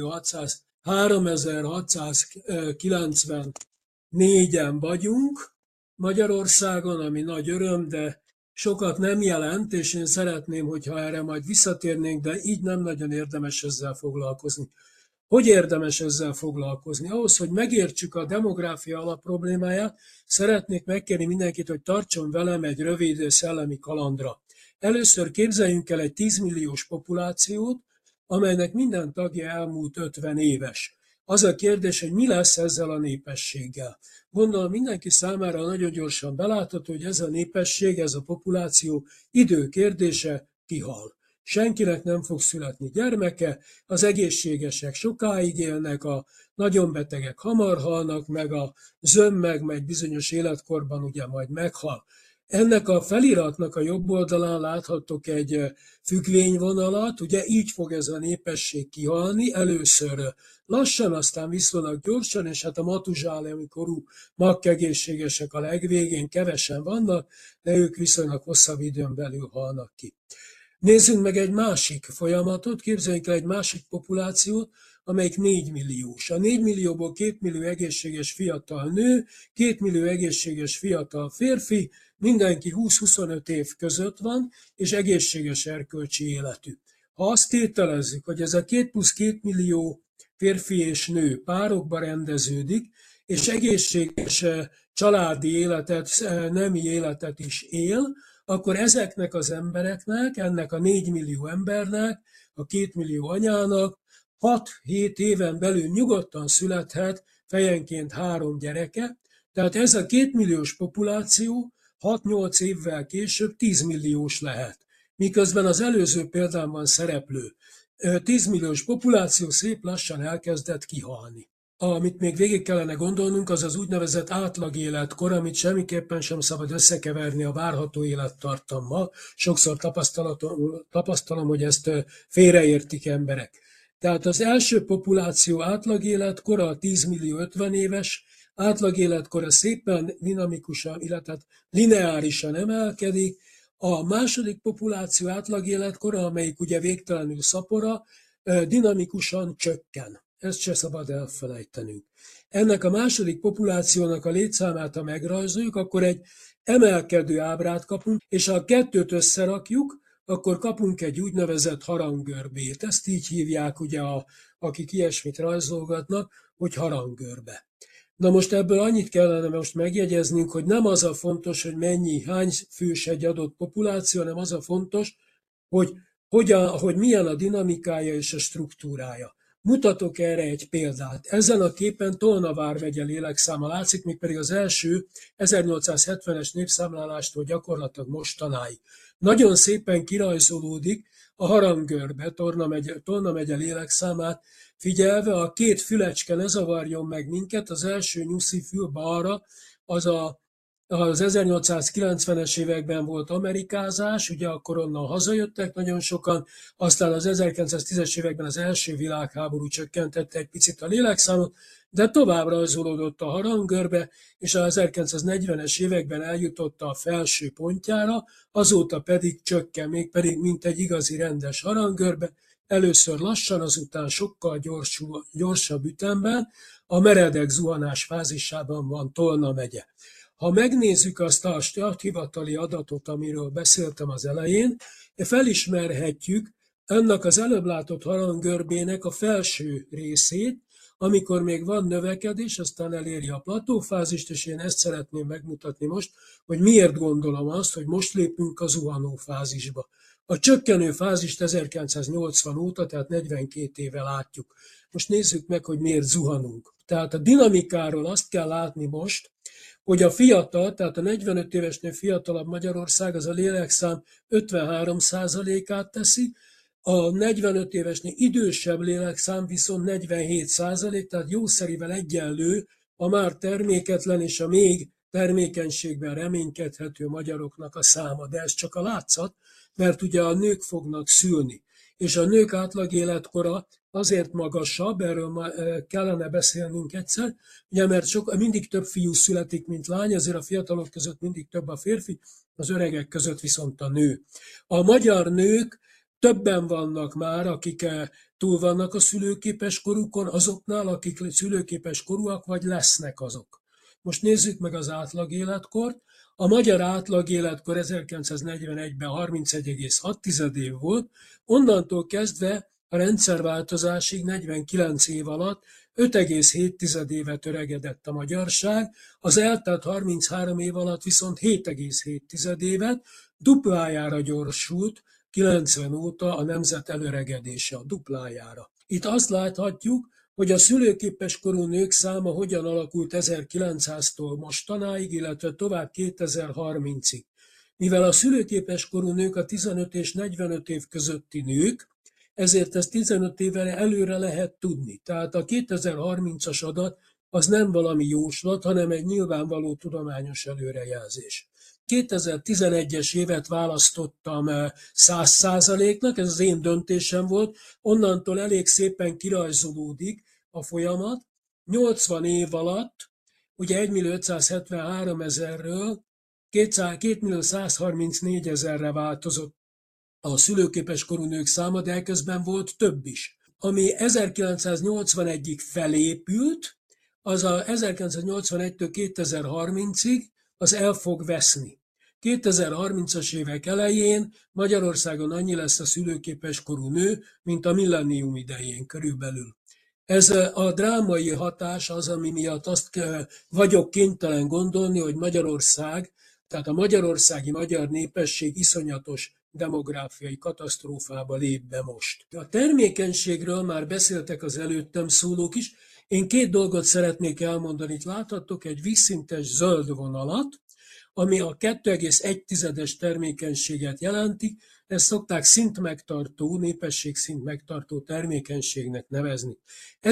kilencmillió-hatszázhárom-ezer-hatszázkilencvennégyen vagyunk Magyarországon, ami nagy öröm, de sokat nem jelent, és én szeretném, hogyha erre majd visszatérnénk, de így nem nagyon érdemes ezzel foglalkozni. Hogy érdemes ezzel foglalkozni? Ahhoz, hogy megértsük a demográfia alapproblémáját, szeretnék megkérni mindenkit, hogy tartson velem egy rövid szellemi kalandra. Először képzeljünk el egy tízmilliós populációt, amelynek minden tagja elmúlt ötven éves. Az a kérdés, hogy mi lesz ezzel a népességgel. Gondolom mindenki számára nagyon gyorsan belátható, hogy ez a népesség, ez a populáció idő kérdése, kihal. Senkinek nem fog születni gyermeke, az egészségesek sokáig élnek, a nagyon betegek hamar halnak, meg a zöm megmegy bizonyos életkorban, ugye majd meghal. Ennek a feliratnak a jobb oldalán láthattok egy függvényvonalat, ugye így fog ez a népesség kihalni, először lassan, aztán viszonylag gyorsan, és hát a matuzsálémi korú makkegészségesek a legvégén kevesen vannak, de ők viszonylag hosszabb időn belül halnak ki. Nézzünk meg egy másik folyamatot, képzeljünk el egy másik populációt, amelyik négy milliós. A négy millióból két millió egészséges fiatal nő, két millió egészséges fiatal férfi, mindenki húsz-huszonöt év között van, és egészséges erkölcsi életű. Ha azt tételezzük, hogy ez a két plusz két millió férfi és nő párokba rendeződik, és egészséges családi életet, nemi életet is él, akkor ezeknek az embereknek, ennek a négy millió embernek, a két millió anyának hat-hét éven belül nyugodtan születhet fejenként három gyereke, tehát ez a kétmilliós populáció hat-nyolc évvel később tíz milliós lehet. Miközben az előző példámban szereplő tíz milliós populáció szép lassan elkezdett kihalni. Amit még végig kellene gondolnunk, az az úgynevezett átlagéletkor, amit semmiképpen sem szabad összekeverni a várható élettartammal. Sokszor tapasztalom, hogy ezt félreértik emberek. Tehát az első populáció átlagéletkora a tíz millió ötven éves, átlagéletkora szépen dinamikusan, illetve lineárisan emelkedik. A második populáció átlagéletkora, amelyik ugye végtelenül szapora, dinamikusan csökken. Ezt se szabad elfelejtenünk. Ennek a második populációnak a létszámát, ha megrajzoljuk, akkor egy emelkedő ábrát kapunk, és ha a kettőt összerakjuk, akkor kapunk egy úgynevezett haranggörbét. Ezt így hívják, ugye, a, akik ilyesmit rajzolgatnak, hogy haranggörbe. Na most ebből annyit kellene most megjegyeznünk, hogy nem az a fontos, hogy mennyi, hány fős egy adott populáció, hanem az a fontos, hogy, hogyan, hogy milyen a dinamikája és a struktúrája. Mutatok erre egy példát. Ezen a képen Tolna vármegye lélekszáma látszik, mégpedig az első ezernyolcszázhetvenes népszámlálástól gyakorlatilag mostanáig. Nagyon szépen kirajzolódik a haranggörbe, Tolna megye, Tolna megye lélekszámát figyelve. A két fülecske ne zavarjon meg minket, az első nyuszi fül balra, az a Az ezernyolcszázkilencvenes években volt amerikázás, ugye akkor onnan hazajöttek nagyon sokan, aztán az ezerkilencszáztízes években az első világháború csökkentette egy picit a lélekszámot, de tovább rajzolódott a haranggörbe, és az ezerkilencszáznegyvenes években eljutott a felső pontjára, azóta pedig csökken, mégpedig mint egy igazi rendes haranggörbe, először lassan, azután sokkal gyorsul, gyorsabb ütemben, a meredek zuhanás fázisában van Tolna megye. Ha megnézzük azt a starthivatali adatot, amiről beszéltem az elején, felismerhetjük ennek az előbb látott haranggörbének a felső részét, amikor még van növekedés, aztán eléri a platófázist, és én ezt szeretném megmutatni most, hogy miért gondolom azt, hogy most lépünk a zuhanó fázisba. A csökkenő fázist ezerkilencszáznyolcvan óta, tehát negyvenkét éve látjuk. Most nézzük meg, hogy miért zuhanunk. Tehát a dinamikáról azt kell látni most, hogy a fiatal, tehát a negyvenöt évesnél fiatalabb Magyarország az a lélekszám ötvenhárom százalékát teszi, a negyvenöt évesnél idősebb lélekszám viszont negyvenhét százalék, tehát jószerivel egyenlő a már terméketlen és a még termékenységben reménykedhető magyaroknak a száma. De ez csak a látszat, mert ugye a nők fognak szülni. És a nők átlag életkora azért magasabb, erről kellene beszélnünk egyszer, ugye, mert sok, mindig több fiú születik, mint lány, ezért a fiatalok között mindig több a férfi, az öregek között viszont a nő. A magyar nők többen vannak már, akik túl vannak a szülőképes korukon, azoknál, akik szülőképes korúak, vagy lesznek azok. Most nézzük meg az átlag életkort. A magyar átlag életkor ezerkilencszáznegyvenegyben harmincegy egész hat év volt, onnantól kezdve a rendszerváltozásig negyvenkilenc év alatt öt egész hét évet öregedett a magyarság, az eltelt harminchárom év alatt viszont hét egész hét évet, duplájára gyorsult kilencven óta a nemzet előregedése, a duplájára. Itt azt láthatjuk, hogy a szülőképes korú nők száma hogyan alakult ezerkilencszáztól mostanáig, illetve tovább kétezer-harmincig. Mivel a szülőképes korú nők a tizenöt és negyvenöt év közötti nők, ezért ezt tizenöt évre előre lehet tudni. Tehát a kétezer-harmincas adat az nem valami jóslat, hanem egy nyilvánvaló tudományos előrejelzés. kétezer-tizenegyes évet választottam száz százaléknak, ez az én döntésem volt, onnantól elég szépen kirajzolódik a folyamat. nyolcvan év alatt, ugye egymillió ötszázhetvenhárom-ezerről két millió százharmincnégyezerre változott a szülőképes korú nők száma, de eközben volt több is. Ami ezerkilencszáznyolcvanegyig felépült, az a ezerkilencszáznyolcvanegytől kétezer-harmincig az el fog veszni. kétezer-harmincas évek elején Magyarországon annyi lesz a szülőképes korú nő, mint a millennium idején körülbelül. Ez a drámai hatás az, ami miatt azt vagyok kénytelen gondolni, hogy Magyarország, tehát a magyarországi magyar népesség iszonyatos demográfiai katasztrófába lép be most. A termékenységről már beszéltek az előttem szólók is, Én két dolgot szeretnék elmondani. Itt láthattok egy vízszintes zöld vonalat, ami a kettő egész egy tizedes termékenységet jelenti. Ezt szokták szintmegtartó, népességszint megtartó termékenységnek nevezni.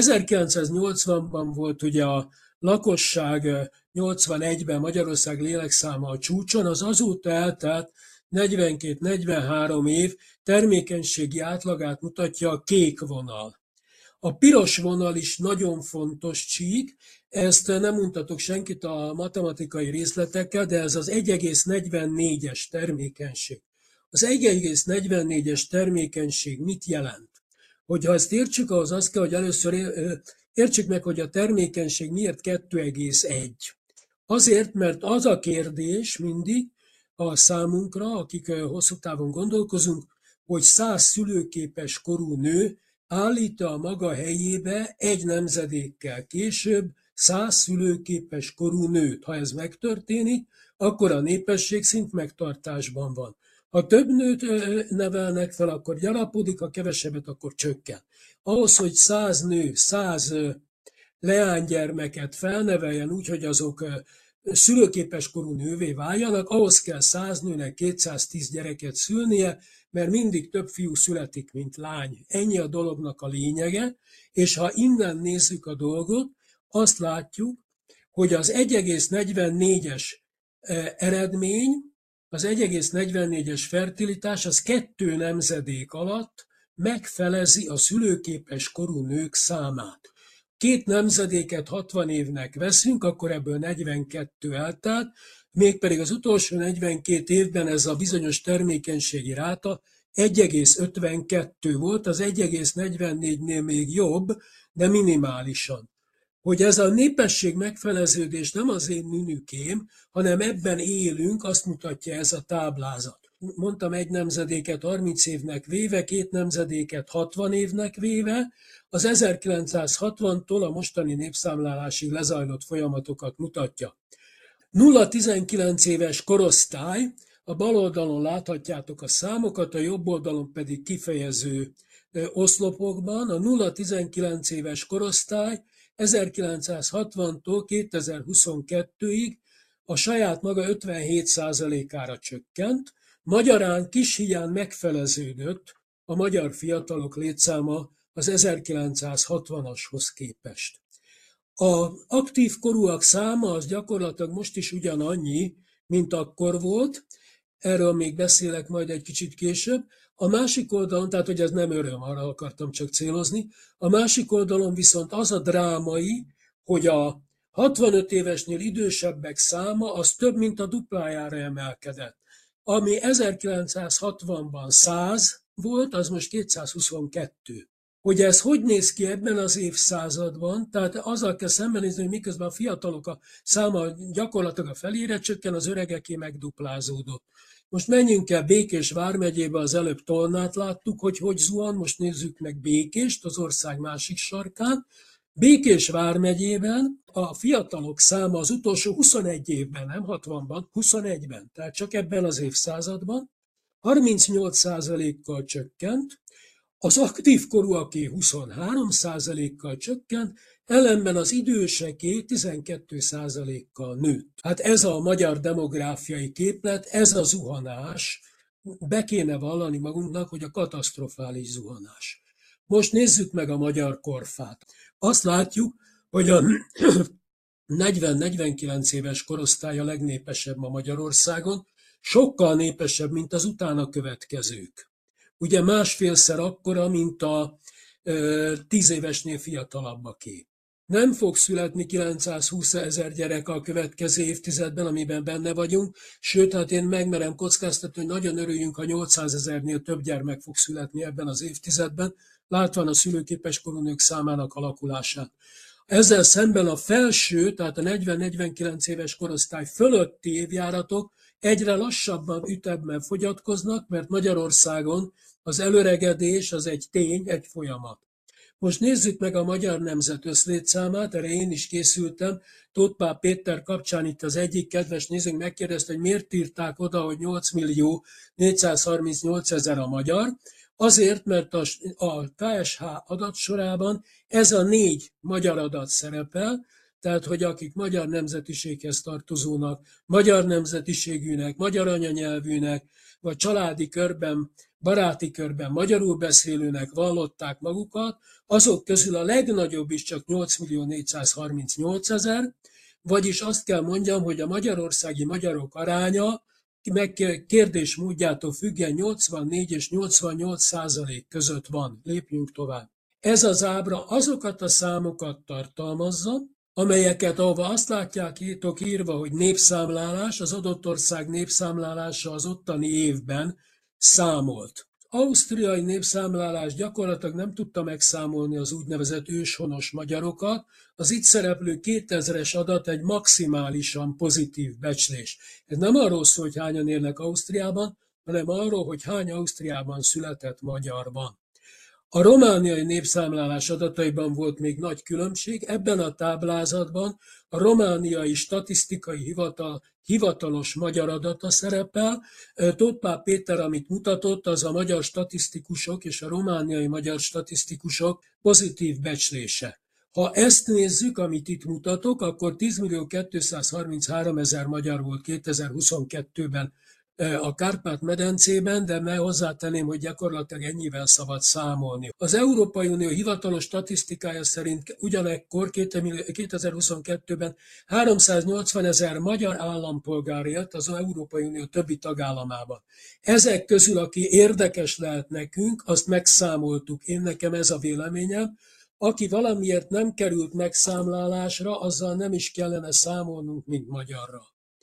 ezerkilencszáznyolcvanban volt ugye a lakosság nyolcvanegyben Magyarország lélekszáma a csúcson, az azóta eltelt negyvenkét-negyvenhárom év termékenységi átlagát mutatja a kék vonal. A piros vonal is nagyon fontos csík, ezt nem mutatok senkit a matematikai részletekkel, de ez az egy egész negyvennégyes termékenység. Az egy egész negyvennégyes termékenység mit jelent? Hogyha ezt értsük, ahhoz azt kell, hogy először értsük meg, hogy a termékenység miért kettő egész egy. Azért, mert az a kérdés mindig a számunkra, akik hosszú távon gondolkozunk, hogy száz szülőképes korú nő állít-e a maga helyébe egy nemzedékkel később száz szülőképes korú nőt. Ha ez megtörténik, akkor a népességszint megtartásban van. Ha több nőt nevelnek fel, akkor gyarapodik, ha kevesebbet, akkor csökken. Ahhoz, hogy száz nő, száz leánygyermeket felneveljen úgy, hogy azok szülőképes korú nővé váljanak, ahhoz kell száz nőnek kétszáztíz gyereket szülnie, mert mindig több fiú születik, mint lány. Ennyi a dolognak a lényege, és ha innen nézzük a dolgot, azt látjuk, hogy az egy egész negyvennégyes eredmény, az egy egész negyvennégyes fertilitás az kettő nemzedék alatt megfelezi a szülőképes korú nők számát. Két nemzedéket hatvan évnek veszünk, akkor ebből negyvenkettő eltelt, mégpedig az utolsó negyvenkét évben ez a bizonyos termékenységi ráta egy egész ötvenkettő volt, az egy egész negyvennégynél még jobb, de minimálisan. Hogy ez a népesség megfeleződés nem az én nünükém, hanem ebben élünk, azt mutatja ez a táblázat. Mondtam egy nemzedéket harminc évnek véve, két nemzedéket hatvan évnek véve, az ezerkilencszázhatvantól a mostani népszámlálásig lezajlott folyamatokat mutatja. nulla-tizenkilenc éves korosztály, a bal oldalon láthatjátok a számokat, a jobb oldalon pedig kifejező oszlopokban. A nulla-tizenkilenc éves korosztály ezerkilencszázhatvantól kétezer-huszonkettőig a saját maga ötvenhét százalékára csökkent, magyarán kis híján megfeleződött a magyar fiatalok létszáma az ezerkilencszázhatvanashoz képest. Az aktív korúak száma az gyakorlatilag most is ugyanannyi, mint akkor volt, erről még beszélek majd egy kicsit később. A másik oldalon, tehát hogy ez nem öröm, arra akartam csak célozni, a másik oldalon viszont az a drámai, hogy a hatvanöt évesnél idősebbek száma az több mint a duplájára emelkedett. Ami ezerkilencszázhatvanban száz volt, az most kétszázhuszonkettő. Hogy ez hogy néz ki ebben az évszázadban, tehát azzal kell szembenézni, hogy miközben a fiatalok a száma gyakorlatilag a felére csökken, az öregeké megduplázódott. Most menjünk el Békés vármegyébe, az előbb Tolnát láttuk, hogy hogy zuhan, most nézzük meg Békést, az ország másik sarkán. Békés vármegyében a fiatalok száma az utolsó huszonegy évben, nem hatvanban, huszonegyben, tehát csak ebben az évszázadban harmincnyolc százalékkal csökkent, az aktív korúaké huszonhárom százalékkal csökkent, ellenben az időseké tizenkét százalékkal nőtt. Hát ez a magyar demográfiai képlet, ez a zuhanás, be kéne vallani magunknak, hogy a katasztrofális zuhanás. Most nézzük meg a magyar korfát. Azt látjuk, hogy a negyven-negyvenkilenc éves korosztály a legnépesebb ma Magyarországon, sokkal népesebb, mint az utána következők. Ugye másfélszer akkora, mint a tíz évesnél fiatalabbaké. Nem fog születni kilencszázhúsz ezer gyerek a következő évtizedben, amiben benne vagyunk, sőt, hát én megmerem kockáztatni, hogy nagyon örüljünk, ha nyolcszázezernél több gyermek fog születni ebben az évtizedben, látván a szülőképes korú nők számának alakulását. Ezzel szemben a felső, tehát a negyven-negyvenkilenc éves korosztály fölötti évjáratok egyre lassabban, ütemben fogyatkoznak, mert Magyarországon az előregedés az egy tény, egy folyamat. Most nézzük meg a magyar nemzet összlétszámát, erre én is készültem. Tóth Pál Péter kapcsán itt az egyik kedves nézőnk megkérdezte, hogy miért írták oda, hogy nyolc millió négyszázharmincnyolc ezer a magyar. Azért, mert a, a ká es há adatsorában ez a négy magyar adat szerepel, tehát, hogy akik magyar nemzetiséghez tartozónak, magyar nemzetiségűnek, magyar anyanyelvűnek, vagy családi körben, baráti körben magyarul beszélőnek vallották magukat, azok közül a legnagyobb is csak nyolcmillió négyszázharmincnyolcezer, vagyis azt kell mondjam, hogy a magyarországi magyarok aránya meg kérdés módjától függően nyolcvannégy és nyolcvannyolc százalék között van. Lépjünk tovább. Ez az ábra azokat a számokat tartalmazza, amelyeket, ahova azt látjátok írva, hogy népszámlálás, az adott ország népszámlálása az ottani évben számolt. Ausztriai népszámlálás gyakorlatilag nem tudta megszámolni az úgynevezett őshonos magyarokat, az itt szereplő kétezres adat egy maximálisan pozitív becslés. Ez nem arról szól, hogy hányan élnek Ausztriában, hanem arról, hogy hány Ausztriában született magyar van. A romániai népszámlálás adataiban volt még nagy különbség, ebben a táblázatban a romániai statisztikai hivatal hivatalos magyar adata szerepel. Tóth Pál Péter, amit mutatott, az a magyar statisztikusok és a romániai magyar statisztikusok pozitív becslése. Ha ezt nézzük, amit itt mutatok, akkor tízmillió kétszázharmincháromezer magyar volt kétezer-huszonkettőben a Kárpát-medencében, de meg hozzátenném, hogy gyakorlatilag ennyivel szabad számolni. Az Európai Unió hivatalos statisztikája szerint ugyanekkor kétezer-huszonkettőben háromszáznyolcvanezer magyar állampolgár élt az Európai Unió többi tagállamában. Ezek közül, aki érdekes lehet nekünk, azt megszámoltuk. Én nekem ez a véleményem. Aki valamiért nem került megszámlálásra, azzal nem is kellene számolnunk, mint magyarra.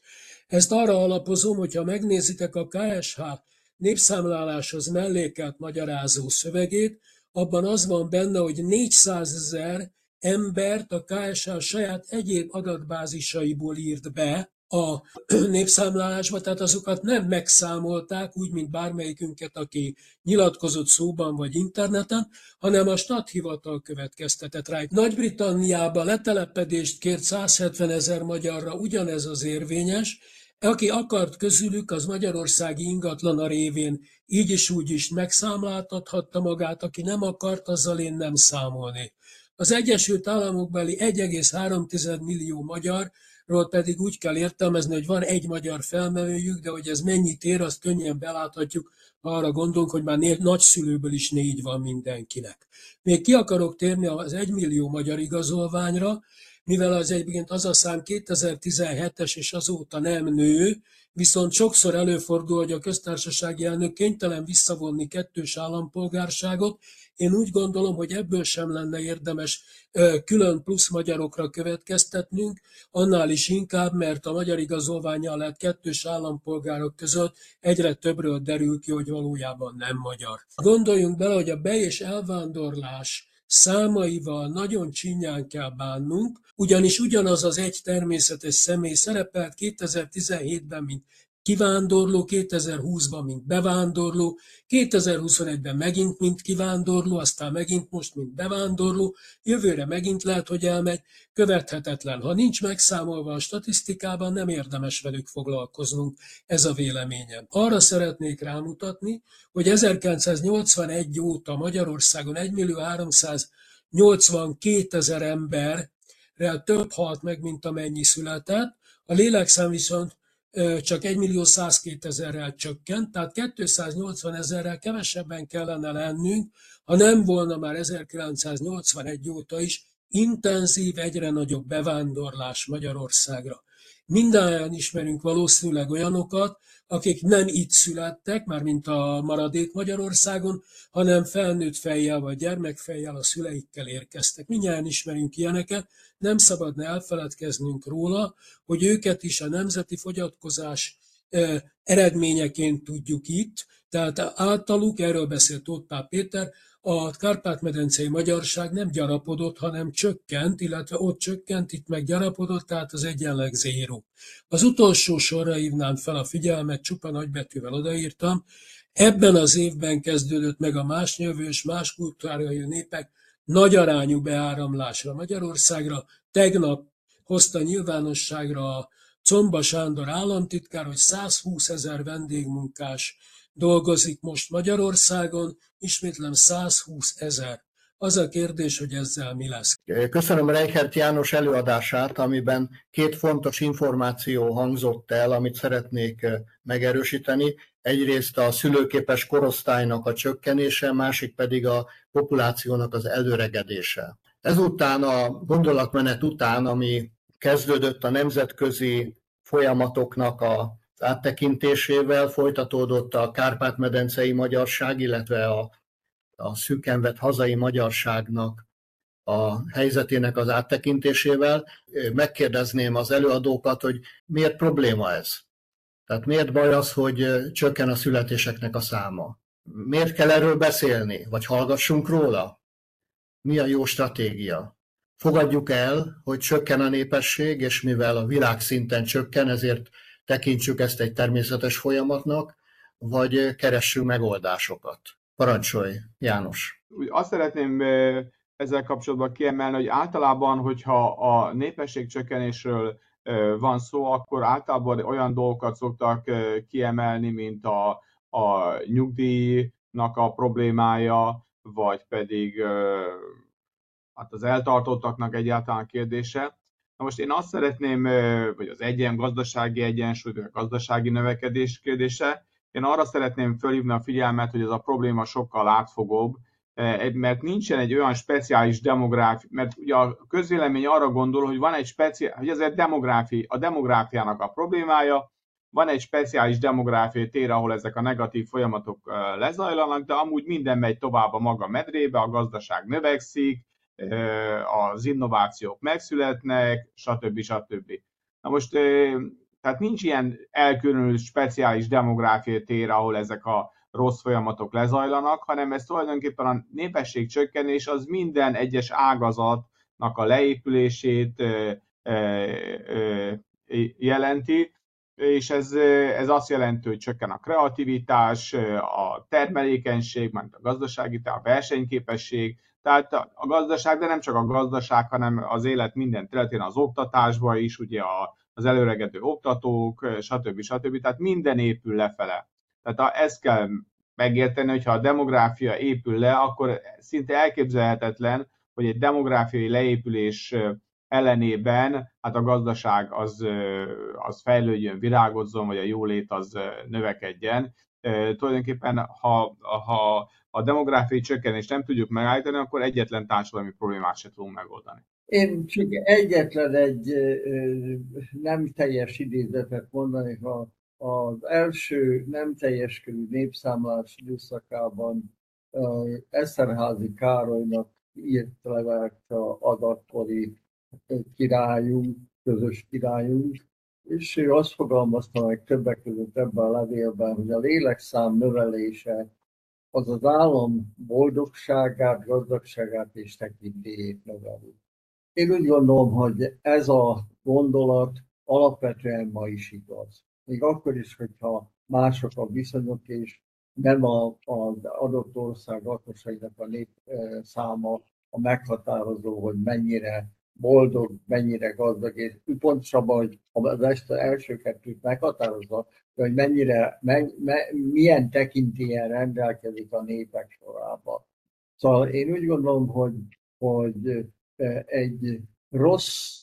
Ezt arra alapozom, hogyha megnézitek a ká es há népszámláláshoz mellékelt magyarázó szövegét, abban az van benne, hogy négyszázezer embert a ká es há saját egyéb adatbázisaiból írt be a népszámlálásba, tehát azokat nem megszámolták, úgy, mint bármelyikünket, aki nyilatkozott szóban vagy interneten, hanem a stadhivatal következtetett rá. Nagy-Britanniába letelepedést kért százhetvenezer magyarra, ugyanez az érvényes, aki akart közülük, az magyarországi ingatlana révén így is úgy is megszámláltathatta magát, aki nem akart, azzal én nem számolnék. Az Egyesült Államokbeli egy egész három millió magyarról pedig úgy kell értelmezni, hogy van egy magyar felmenőjük, de hogy ez mennyit ér, azt könnyen beláthatjuk, ha arra gondolunk, hogy már négy, nagyszülőből is négy van mindenkinek. Még ki akarok térni az egymillió magyar igazolványra, mivel az egyébként az a szám kétezer-tizenhetes és azóta nem nő, viszont sokszor előfordul, hogy a köztársasági elnök kénytelen visszavonni kettős állampolgárságot. Én úgy gondolom, hogy ebből sem lenne érdemes külön plusz magyarokra következtetnünk, annál is inkább, mert a magyar igazolvánnyal lett kettős állampolgárok között egyre többről derül ki, hogy valójában nem magyar. Gondoljunk bele, hogy a be- és elvándorlás számaival nagyon csinyán kell bánnunk, ugyanis ugyanaz az egy természetes személy szerepelt kétezer-tizenhétben, mint kivándorló, kétezer-húszban, mint bevándorló, kétezer-huszonegyben megint, mint kivándorló, aztán megint most, mint bevándorló, jövőre megint lehet, hogy elmegy, követhetetlen. Ha nincs megszámolva a statisztikában, nem érdemes velük foglalkoznunk, ez a véleményem. Arra szeretnék rámutatni, hogy ezerkilencszáznyolcvanegy óta Magyarországon egymillió háromszáznyolcvankétezer emberrel több halt meg, mint amennyi született, a lélekszám viszont csak egymillió százkétezerrel csökkent, tehát kétszáznyolcvanezerrel kevesebben kellene lennünk, ha nem volna már ezerkilencszáznyolcvanegy óta is intenzív, egyre nagyobb bevándorlás Magyarországra. Mindannyian ismerünk valószínűleg olyanokat, akik nem itt születtek, mármint a maradék Magyarországon, hanem felnőtt fejjel vagy gyermekfejjel a szüleikkel érkeztek. Mindjárt ismerünk ilyeneket, nem szabadna elfeledkeznünk róla, hogy őket is a nemzeti fogyatkozás eredményeként tudjuk itt, tehát általuk, erről beszélt Tóth Pál Péter, a kárpát-medencei magyarság nem gyarapodott, hanem csökkent, illetve ott csökkent, itt meg gyarapodott, tehát az egyenleg zéró. Az utolsó sorra hívnám fel a figyelmet, csupa nagybetűvel odaírtam, ebben az évben kezdődött meg a más nyelvű és más kultúrájú népek nagy arányú beáramlásra Magyarországra. Tegnap hozta nyilvánosságra a Comba Sándor államtitkár, hogy százhúszezer vendégmunkás dolgozik most Magyarországon, ismétlem százhúsz ezer. Az a kérdés, hogy ezzel mi lesz. Köszönöm Reichert János előadását, amiben két fontos információ hangzott el, amit szeretnék megerősíteni. Egyrészt a szülőképes korosztálynak a csökkenése, másik pedig a populációnak az előregedése. Ezután a gondolatmenet után, ami kezdődött a nemzetközi folyamatoknak a áttekintésével, folytatódott a kárpát-medencei magyarság, illetve a, a szűken vett hazai magyarságnak a helyzetének az áttekintésével. Megkérdezném az előadókat, hogy miért probléma ez? Tehát miért baj az, hogy csökken a születéseknek a száma? Miért kell erről beszélni? Vagy hallgassunk róla? Mi a jó stratégia? Fogadjuk el, hogy csökken a népesség, és mivel a világszinten csökken, ezért tekintsük ezt egy természetes folyamatnak, vagy keressünk megoldásokat. Parancsolj, János! Azt szeretném ezzel kapcsolatban kiemelni, hogy általában, hogyha a népesség csökkenésről van szó, akkor általában olyan dolgokat szoktak kiemelni, mint a, a nyugdíjnak a problémája, vagy pedig hát az eltartottaknak egyáltalán kérdése. Na most én azt szeretném, vagy az egyen gazdasági egyensúly, vagy a gazdasági növekedés kérdése, én arra szeretném fölhívni a figyelmet, hogy ez a probléma sokkal átfogóbb, mert nincsen egy olyan speciális demográfia, mert ugye a közvélemény arra gondol, hogy van egy speciális, hogy ez egy demográfi, a demográfiának a problémája, van egy speciális demográfiai tér, ahol ezek a negatív folyamatok lezajlanak, de amúgy minden megy tovább a maga medrébe, a gazdaság növekszik, az innovációk megszületnek, stb. stb. Na most, tehát nincs ilyen elkülönült speciális demográfiai tér, ahol ezek a rossz folyamatok lezajlanak, hanem ez tulajdonképpen a népesség csökkenés az minden egyes ágazatnak a leépülését jelenti, és ez, ez azt jelenti, hogy csökken a kreativitás, a termelékenység, mint a gazdasági, a versenyképesség, tehát a gazdaság, de nem csak a gazdaság, hanem az élet minden területén, az oktatásban is, ugye az előregedő oktatók, stb. stb. Tehát minden épül lefele. Tehát ezt kell megérteni, hogyha a demográfia épül le, akkor szinte elképzelhetetlen, hogy egy demográfiai leépülés ellenében hát a gazdaság az, az fejlődjön, virágozzon, vagy a jólét az növekedjen. E, tulajdonképpen, ha, ha a demográfiai csökkenést nem tudjuk megállítani, akkor egyetlen társadalmi problémát se tudunk megoldani. Én csak egyetlen egy nem teljes idézetet mondanék. Az első nem teljes körű népszámlás időszakában Esterházy Károlynak írt levelet az akkori királyunk, közös királyunk, és ő azt fogalmazta meg többek között ebben a levélben, hogy a lélekszám növelése az az állam boldogságát, gazdagságát és tekintélyét növeli. Én úgy gondolom, hogy ez a gondolat alapvetően ma is igaz. Még akkor is, hogyha mások a viszonyok, és nem az adott ország lakosainak a népszáma a meghatározó, hogy mennyire boldog, mennyire gazdag, és pontosabban, hogy az első kettőt meghatározza, hogy mennyire, me, me, milyen tekintélyen rendelkezik a népek sorában. Szóval én úgy gondolom, hogy, hogy egy rossz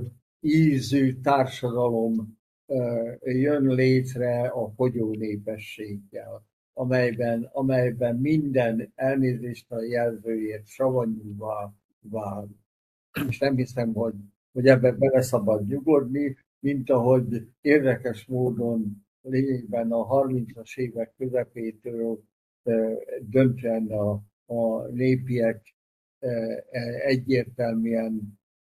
ízű társadalom jön létre a fogyó népességgel, amelyben, amelyben minden elnézést a jelzőért savanyúvá válik. És nem hiszem, hogy, hogy ebben bele szabad nyugodni, mint ahogy érdekes módon lényegben a harmincas évek közepétől döntően a, a népiek egyértelműen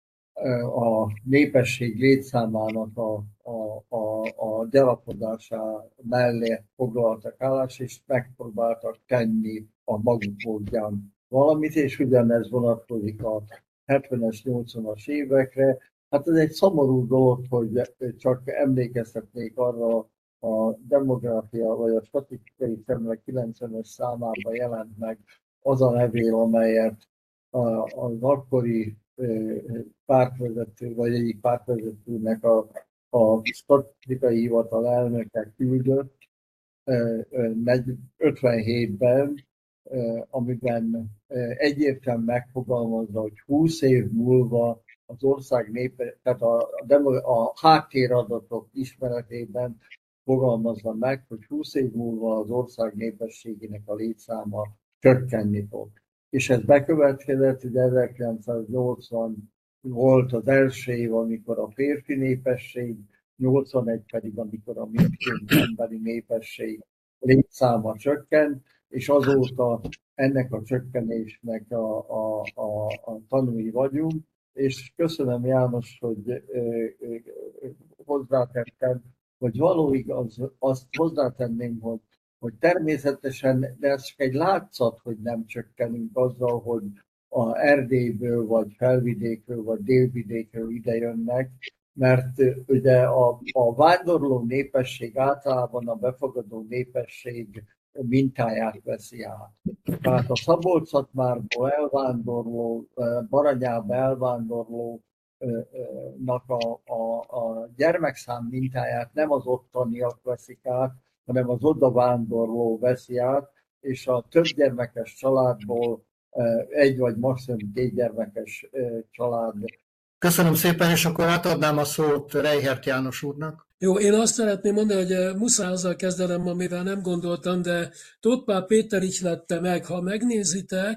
a népesség létszámának a, a, a, a gyarapodása mellé foglaltak állást, és megpróbáltak tenni a maguk módján valamit, és ugyanez vonatkozik a hetvenes, nyolcvanas évekre. Hát ez egy szomorú dolog, hogy csak emlékeztetnék arra a demográfia vagy a statisztikai szemlék kilencvenes számában jelent meg az a levél, amelyet az akkori pártvezető, vagy egyik pártvezetőnek a, a statisztikai hivatal elnöke küldött, ötvenhétben, amiben egyértelműen megfogalmazza, hogy húsz év múlva az ország népe, tehát a, a, a háttéradatok ismeretében fogalmazza meg, hogy húsz év múlva az ország népességének a létszáma csökkenni fog. És ez bekövetkezett, hogy ezerkilencszáznyolcvan volt az első év, amikor a férfi népesség, nyolcvanegy pedig, amikor a mindkét emberi népesség létszáma csökkent, és azóta ennek a csökkenésnek a, a, a, a tanúi vagyunk, és köszönöm, János, hogy ö, ö, hozzátettem, hogy való igaz, azt hozzátenném, hogy, hogy természetesen, de ez csak egy látszat, hogy nem csökkenünk azzal, hogy a Erdélyből, vagy Felvidékről, vagy Délvidékről idejönnek, mert ugye a, a vándorló népesség általában a befogadó népesség mintáját veszi át. Tehát a Szabolcs-Szatmárból elvándorló, Baranyába elvándorlónak a, a, a gyermekszám mintáját nem az ottaniak veszik át, hanem az odavándorló veszi át, és a több gyermekes családból egy vagy maximum két gyermekes család. Köszönöm szépen, és akkor átadnám a szót Reichert János úrnak. Jó, én azt szeretném mondani, hogy muszáj azzal kezdenem, amivel nem gondoltam, de Tóth Pál Péter ihlette meg. Ha megnézitek,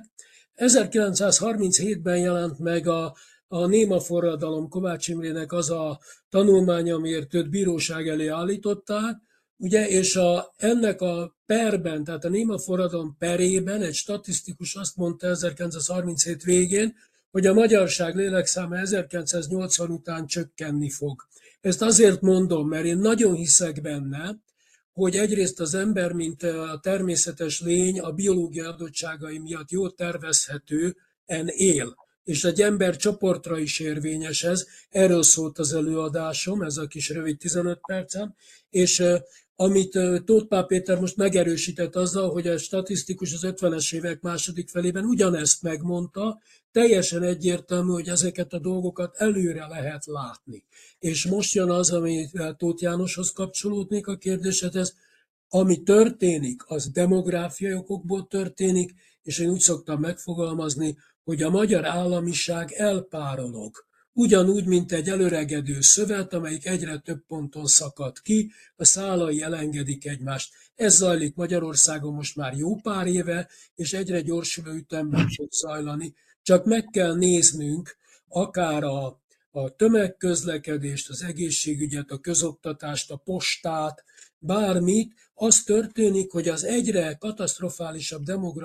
ezerkilencszázharminchétben jelent meg a, a Néma forradalom, Kovács Imrének az a tanulmánya, amiért őt bíróság elé állították, ugye, és a, ennek a perben, tehát a Néma forradalom perében egy statisztikus azt mondta ezerkilencszázharminchét végén, hogy a magyarság lélekszáma ezerkilencszáznyolcvan után csökkenni fog. Ezt azért mondom, mert én nagyon hiszek benne, hogy egyrészt az ember, mint a természetes lény, a biológiai adottságai miatt jól tervezhetően él. És egy ember csoportra is érvényes ez. Erről szólt az előadásom, ez a kis rövid tizenöt percem. És amit Tóth Pál Péter most megerősített azzal, hogy a statisztikus az ötvenes évek második felében ugyanezt megmondta, teljesen egyértelmű, hogy ezeket a dolgokat előre lehet látni. És most jön az, ami Tóth Jánoshoz kapcsolódnék a kérdésedhez, ami történik, az demográfiai okokból történik, és én úgy szoktam megfogalmazni, hogy a magyar államiság elpárolog. Ugyanúgy, mint egy előregedő szövet, amelyik egyre több ponton szakad ki, a szálai elengedik egymást. Ez zajlik Magyarországon most már jó pár éve, és egyre gyorsuló ütemben fog zajlani. Csak meg kell néznünk akár a, a tömegközlekedést, az egészségügyet, a közoktatást, a postát, bármit, az történik, hogy az egyre katasztrofálisabb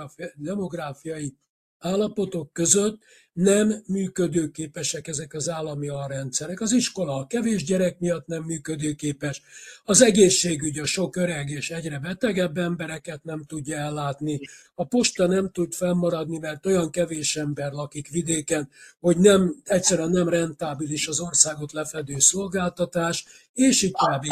demográfiai állapotok között nem működőképesek ezek az állami alrendszerek. Az iskola a kevés gyerek miatt nem működőképes, az egészségügy a sok öreg és egyre betegebb embereket nem tudja ellátni, a posta nem tud fennmaradni, mert olyan kevés ember lakik vidéken, hogy nem, egyszerűen nem rentábilis az országot lefedő szolgáltatás, és így tovább.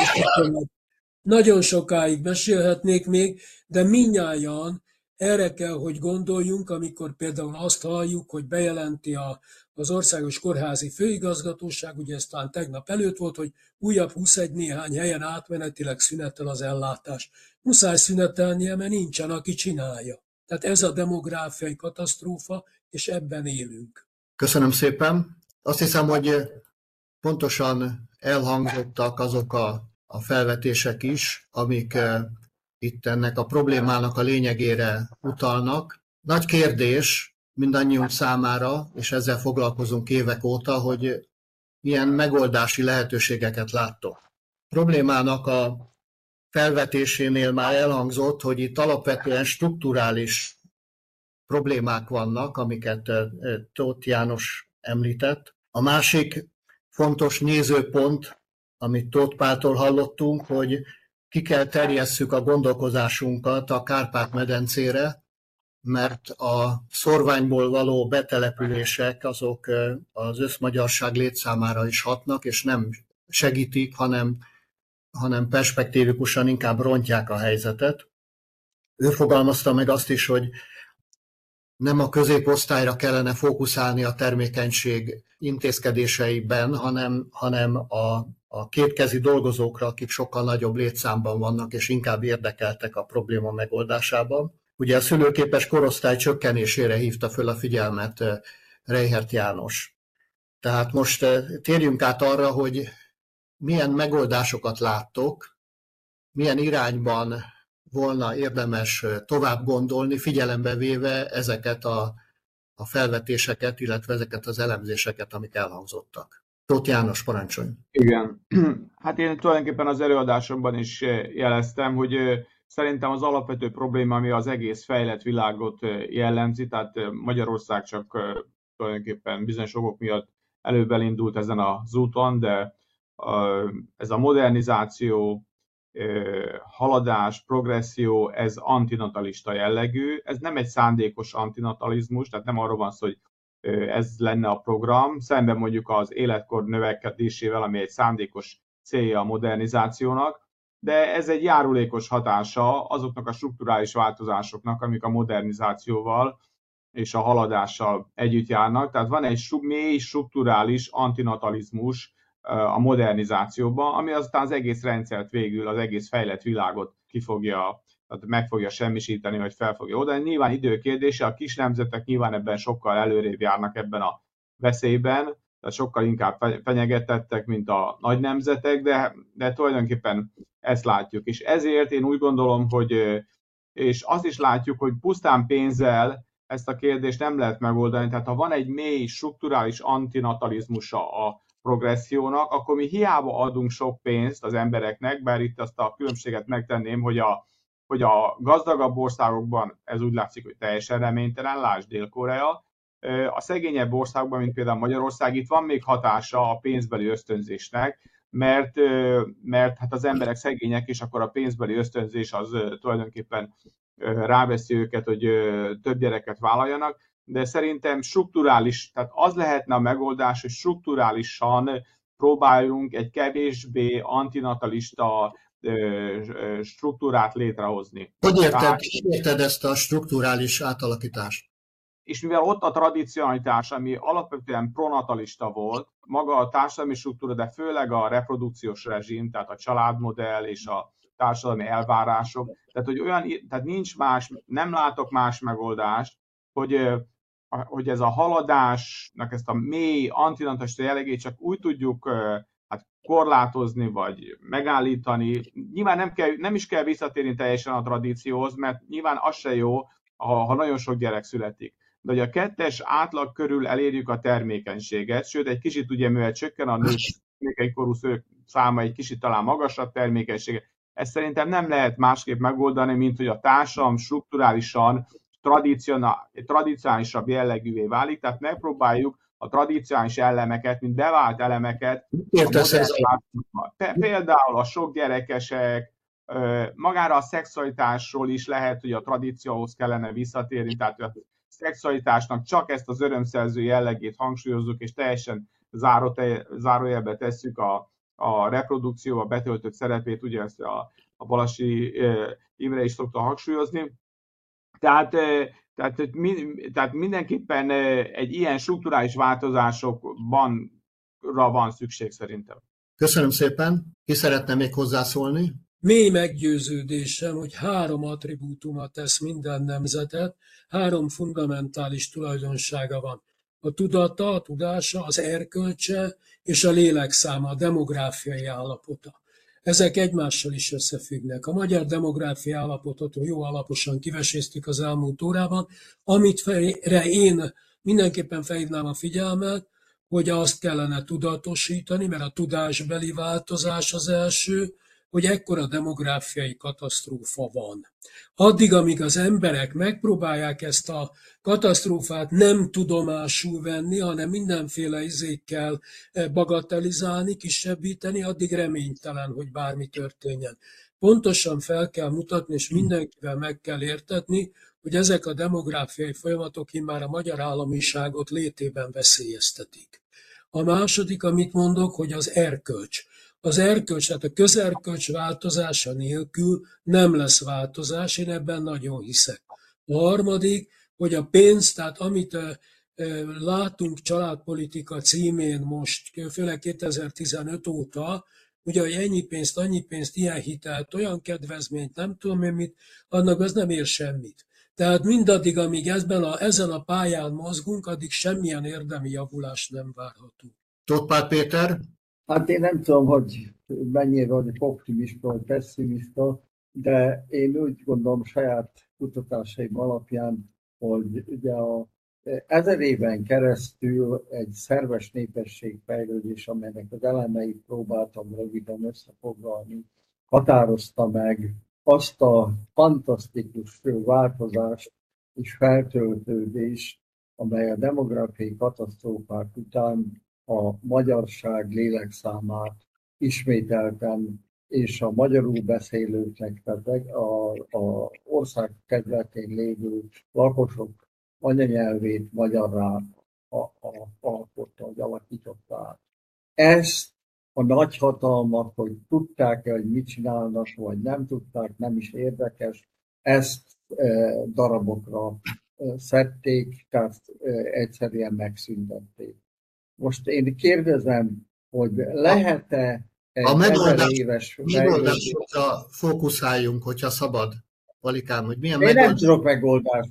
Nagyon sokáig mesélhetnék még, de mindnyájan erre kell, hogy gondoljunk, amikor például azt halljuk, hogy bejelenti a, az Országos Kórházi Főigazgatóság, ugye ez talán tegnap előtt volt, hogy újabb huszonegy néhány helyen átmenetileg szünetel az ellátás. Muszáj szünetelnie, mert nincsen, aki csinálja. Tehát ez a demográfiai katasztrófa, és ebben élünk. Köszönöm szépen. Azt hiszem, hogy pontosan elhangzottak azok a, a felvetések is, amik itt ennek a problémának a lényegére utalnak. Nagy kérdés mindannyiunk számára, és ezzel foglalkozunk évek óta, hogy milyen megoldási lehetőségeket láttok. A problémának a felvetésénél már elhangzott, hogy itt alapvetően strukturális problémák vannak, amiket Tóth János említett. A másik fontos nézőpont, amit Tóth Páltól hallottunk, hogy ki kell terjesszük a gondolkozásunkat a Kárpát-medencére, mert a szorványból való betelepülések azok az összmagyarság létszámára is hatnak, és nem segítik, hanem, hanem perspektívikusan inkább rontják a helyzetet. Ő fogalmazta meg azt is, hogy nem a középosztályra kellene fókuszálni a termékenység intézkedéseiben, hanem, hanem a, a kétkezi dolgozókra, akik sokkal nagyobb létszámban vannak, és inkább érdekeltek a probléma megoldásában. Ugye a szülőképes korosztály csökkenésére hívta föl a figyelmet Reichert János. Tehát most térjünk át arra, hogy milyen megoldásokat láttok, milyen irányban volna érdemes tovább gondolni, figyelembe véve ezeket a, a felvetéseket, illetve ezeket az elemzéseket, amik elhangzottak. Tóth János, parancsolj! Igen, hát én tulajdonképpen az előadásomban is jeleztem, hogy szerintem az alapvető probléma, ami az egész fejlett világot jellemzi, tehát Magyarország csak tulajdonképpen bizonyos okok miatt előbb elindult ezen az úton, de ez a modernizáció, haladás, progresszió, ez antinatalista jellegű. Ez nem egy szándékos antinatalizmus, tehát nem arról van szó, hogy ez lenne a program, szemben mondjuk az életkor növekedésével, ami egy szándékos célja a modernizációnak, de ez egy járulékos hatása azoknak a strukturális változásoknak, amik a modernizációval és a haladással együtt járnak. Tehát van egy mély strukturális antinatalizmus a modernizációban, ami aztán az egész rendszert végül, az egész fejlett világot ki fogja, tehát meg fogja semmisíteni, vagy fel fogja oda. Nyilván időkérdése, a kis nemzetek nyilván ebben sokkal előrébb járnak ebben a veszélyben, tehát sokkal inkább fenyegetettek, mint a nagy nemzetek, de, de tulajdonképpen ezt látjuk. És ezért én úgy gondolom, hogy, és azt is látjuk, hogy pusztán pénzzel ezt a kérdést nem lehet megoldani. Tehát ha van egy mély strukturális antinatalizmusa a progressziónak, akkor mi hiába adunk sok pénzt az embereknek, bár itt azt a különbséget megtenném, hogy a, hogy a gazdagabb országokban ez úgy látszik, hogy teljesen reménytelen, lásd Dél-Korea. A szegényebb országban, mint például Magyarország, itt van még hatása a pénzbeli ösztönzésnek, mert, mert hát az emberek szegények, és akkor a pénzbeli ösztönzés az tulajdonképpen ráveszi őket, hogy több gyereket vállaljanak, de szerintem strukturális, tehát az lehetne a megoldás, hogy strukturálisan próbáljunk egy kevésbé antinatalista struktúrát létrehozni. Hogy érted, Tehát, érted ezt a strukturális átalakítást? És mivel ott a tradicionalitás, ami alapvetően pronatalista volt, maga a társadalmi struktúra, de főleg a reprodukciós rezsim, tehát a családmodell és a társadalmi elvárások, tehát hogy olyan, tehát nincs más, nem látok más megoldást, hogy, hogy ez a haladásnak ezt a mély antinatalista jellegét csak úgy tudjuk hát korlátozni, vagy megállítani. Nyilván nem, kell, nem is kell visszatérni teljesen a tradícióhoz, mert nyilván az se jó, ha, ha nagyon sok gyerek születik. De hogy a kettes átlag körül elérjük a termékenységet, sőt egy kicsit ugye mivel csökken a nők termékenykorú szülők száma, egy kicsit talán magasabb termékenységet, ezt szerintem nem lehet másképp megoldani, mint hogy a társadalom strukturálisan tradicionálisabb jellegűvé válik, tehát megpróbáljuk a tradicionális elemeket, mint bevált elemeket, például a sok gyerekesek, magára a szexualitásról is lehet, hogy a tradícióhoz kellene visszatérni, tehát a szexualitásnak csak ezt az örömszerző jellegét hangsúlyozzuk, és teljesen zárójelbe tesszük a, a reprodukcióba betöltött szerepét, ugye ezt a, a Balassi Imre is szokta hangsúlyozni. Tehát, tehát, tehát mindenképpen egy ilyen strukturális változásokban van szükség szerintem. Köszönöm szépen. Ki szeretne még hozzászólni? Mély meggyőződésem, hogy három attribútumot tesz minden nemzetet, három fundamentális tulajdonsága van. A tudata, a tudása, az erkölcse és a lélekszáma, a demográfiai állapota. Ezek egymással is összefüggnek. A magyar demográfiai állapotot jó alaposan kiveséztük az elmúlt órában, amit én mindenképpen felhívnám a figyelmet, hogy azt kellene tudatosítani, mert a tudásbeli változás az első, hogy ekkora demográfiai katasztrófa van. Addig, amíg az emberek megpróbálják ezt a katasztrófát nem tudomásul venni, hanem mindenféle izékkel bagatelizálni, kisebbíteni, addig reménytelen, hogy bármi történjen. Pontosan fel kell mutatni, és mindenkivel meg kell értetni, hogy ezek a demográfiai folyamatok immár a magyar államiságot létében veszélyeztetik. A második, amit mondok, hogy az erkölcs. Az erkölcs, tehát a közerkölcs változása nélkül nem lesz változás, én ebben nagyon hiszek. A harmadik, hogy a pénz, tehát amit látunk családpolitika címén most, főleg kétezer-tizenöt óta, ugye, hogy ennyi pénzt, annyi pénzt, ilyen hitelt, olyan kedvezményt, nem tudom én mit, annak az nem ér semmit. Tehát mindaddig, amíg ezben a, ezen a pályán mozgunk, addig semmilyen érdemi javulás nem várható. Tóth Pál Péter? Hát én nem tudom, hogy mennyire vagyok optimista vagy pessimista, de én úgy gondolom saját kutatásaim alapján, hogy ugye a ezer éven keresztül egy szerves népességfejlődés, amelynek az elemeit próbáltam röviden összefoglalni, határozta meg azt a fantasztikus változást és feltöltődést, amely a demográfiai katasztrófák után a magyarság lélekszámát ismételten, és a magyarul beszélőknek, tehát a, a ország területén lévő lakosok anyanyelvét magyarrá alkotta, hogy alakította át. Ezt a nagyhatalmak, hogy tudták-e, hogy mit csinálnak, vagy nem tudták, nem is érdekes, ezt e, darabokra e, szedték, tehát e, egyszerűen megszüntették. Most én kérdezem, hogy lehet-e egy a megoldás, éves megoldásokra fókuszáljunk, hogyha szabad, Valikám, hogy milyen én megoldás... nem tudok megoldást.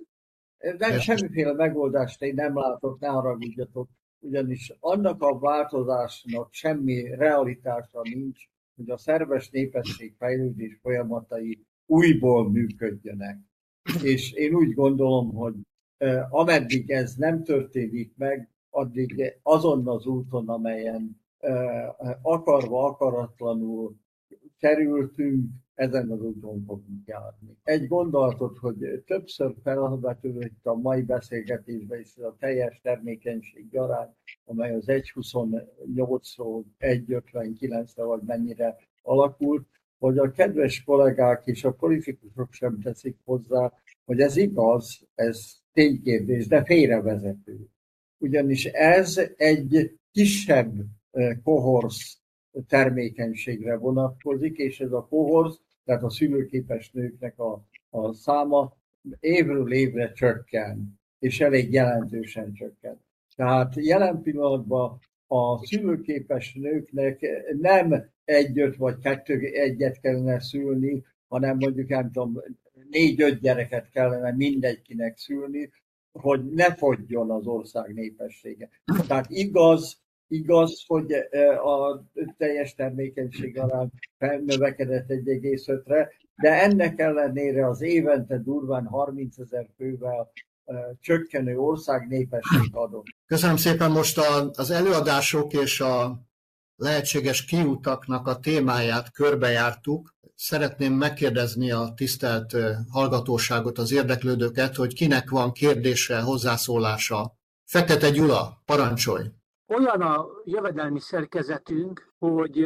Nem, semmiféle megoldást én nem látok, ne haragudjatok, ugyanis annak a változásnak semmi realitása nincs, hogy a szerves népesség fejlődés folyamatai újból működjenek. És én úgy gondolom, hogy eh, ameddig ez nem történik meg, addig azon az úton, amelyen eh, akarva, akaratlanul kerültünk, ezen az úton fogunk járni. Egy gondolatot, hogy többször felvetődött a mai beszélgetésben is a teljes termékenység arány, amely az egy huszonnyolcról egy ötvenkilencre vagy mennyire alakult, hogy a kedves kollégák és a politikusok sem teszik hozzá, hogy ez igaz, ez ténykérdés, de félrevezető. Ugyanis ez egy kisebb kohorsz termékenységre vonatkozik, és ez a kohorsz, tehát a szülőképes nőknek a, a száma évről évre csökken, és elég jelentősen csökken. Tehát jelen pillanatban a szülőképes nőknek nem egy-öt vagy kettő egyet kellene szülni, hanem mondjuk nem tudom, négy-öt gyereket kellene mindegykinek szülni, hogy ne fogyjon az ország népessége. Tehát igaz, Igaz, hogy a teljes termékenység arány növekedett egy egész ötre, de ennek ellenére az évente durván harmincezer fővel csökkenő ország népesség adott. Köszönöm szépen, most az előadások és a lehetséges kiutaknak a témáját körbejártuk. Szeretném megkérdezni a tisztelt hallgatóságot, az érdeklődőket, hogy kinek van kérdése, hozzászólása. Fekete Gyula, parancsolj! Olyan a jövedelmi szerkezetünk, hogy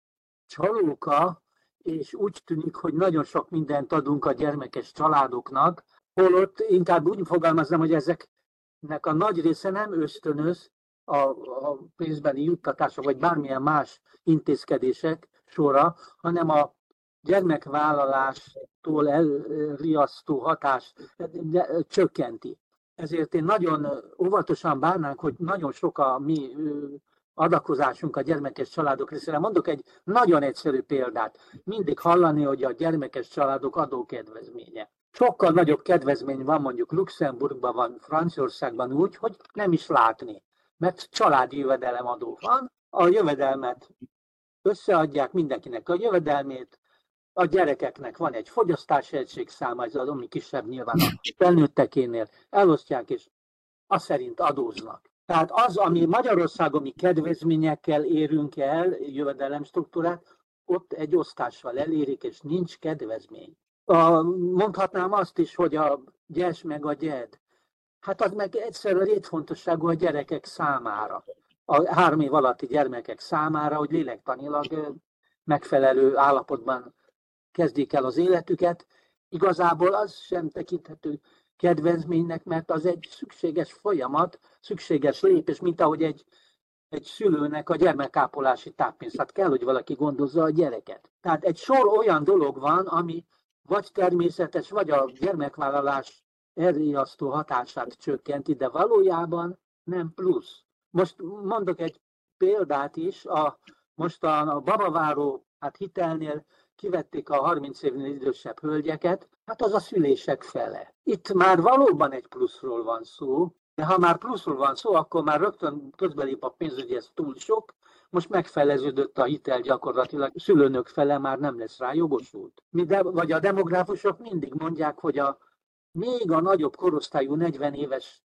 csalóka, és úgy tűnik, hogy nagyon sok mindent adunk a gyermekes családoknak, holott inkább úgy fogalmaznám, hogy ezeknek a nagy része nem ösztönöz a, a pénzbeni juttatások, vagy bármilyen más intézkedések sora, hanem a gyermekvállalástól elriasztó hatás csökkenti. Ezért én nagyon óvatosan bánnánk, hogy nagyon sok a mi adakozásunk a gyermekes családok részére. Mondok egy nagyon egyszerű példát. Mindig hallani, hogy a gyermekes családok adókedvezménye. Sokkal nagyobb kedvezmény van mondjuk Luxemburgban, van Franciaországban úgy, hogy nem is látni. Mert családi jövedelemadó van, a jövedelmet összeadják mindenkinek a jövedelmét, a gyerekeknek van egy fogyasztási egységszáma, ez az, ami kisebb nyilván a felnőttekénél, elosztják, és azt szerint adóznak. Tehát az, ami Magyarországon mi kedvezményekkel érünk el, jövedelemstruktúrát, ott egy osztással elérik, és nincs kedvezmény. A, mondhatnám azt is, hogy a gyes meg a gyed, hát az meg egyszerűen létfontosságú a gyerekek számára, a három év alatti gyermekek számára, hogy lélektanilag megfelelő állapotban kezdik el az életüket, igazából az sem tekinthető kedvezménynek, mert az egy szükséges folyamat, szükséges lépés, mint ahogy egy, egy szülőnek a gyermekápolási táppénz. Hát kell, hogy valaki gondozza a gyereket. Tehát egy sor olyan dolog van, ami vagy természetes, vagy a gyermekvállalás elriasztó hatását csökkenti, de valójában nem plusz. Most mondok egy példát is, a, most a, a babaváró hát hitelnél kivették a harminc évnél idősebb hölgyeket, hát az a szülések fele. Itt már valóban egy pluszról van szó, de ha már pluszról van szó, akkor már rögtön közbelép a pénzügyi, ez túl sok, most megfeleződött a hitel gyakorlatilag, a szülőnök fele már nem lesz rá jogosult. Mi de, vagy a demográfusok mindig mondják, hogy a, még a nagyobb korosztályú negyven éves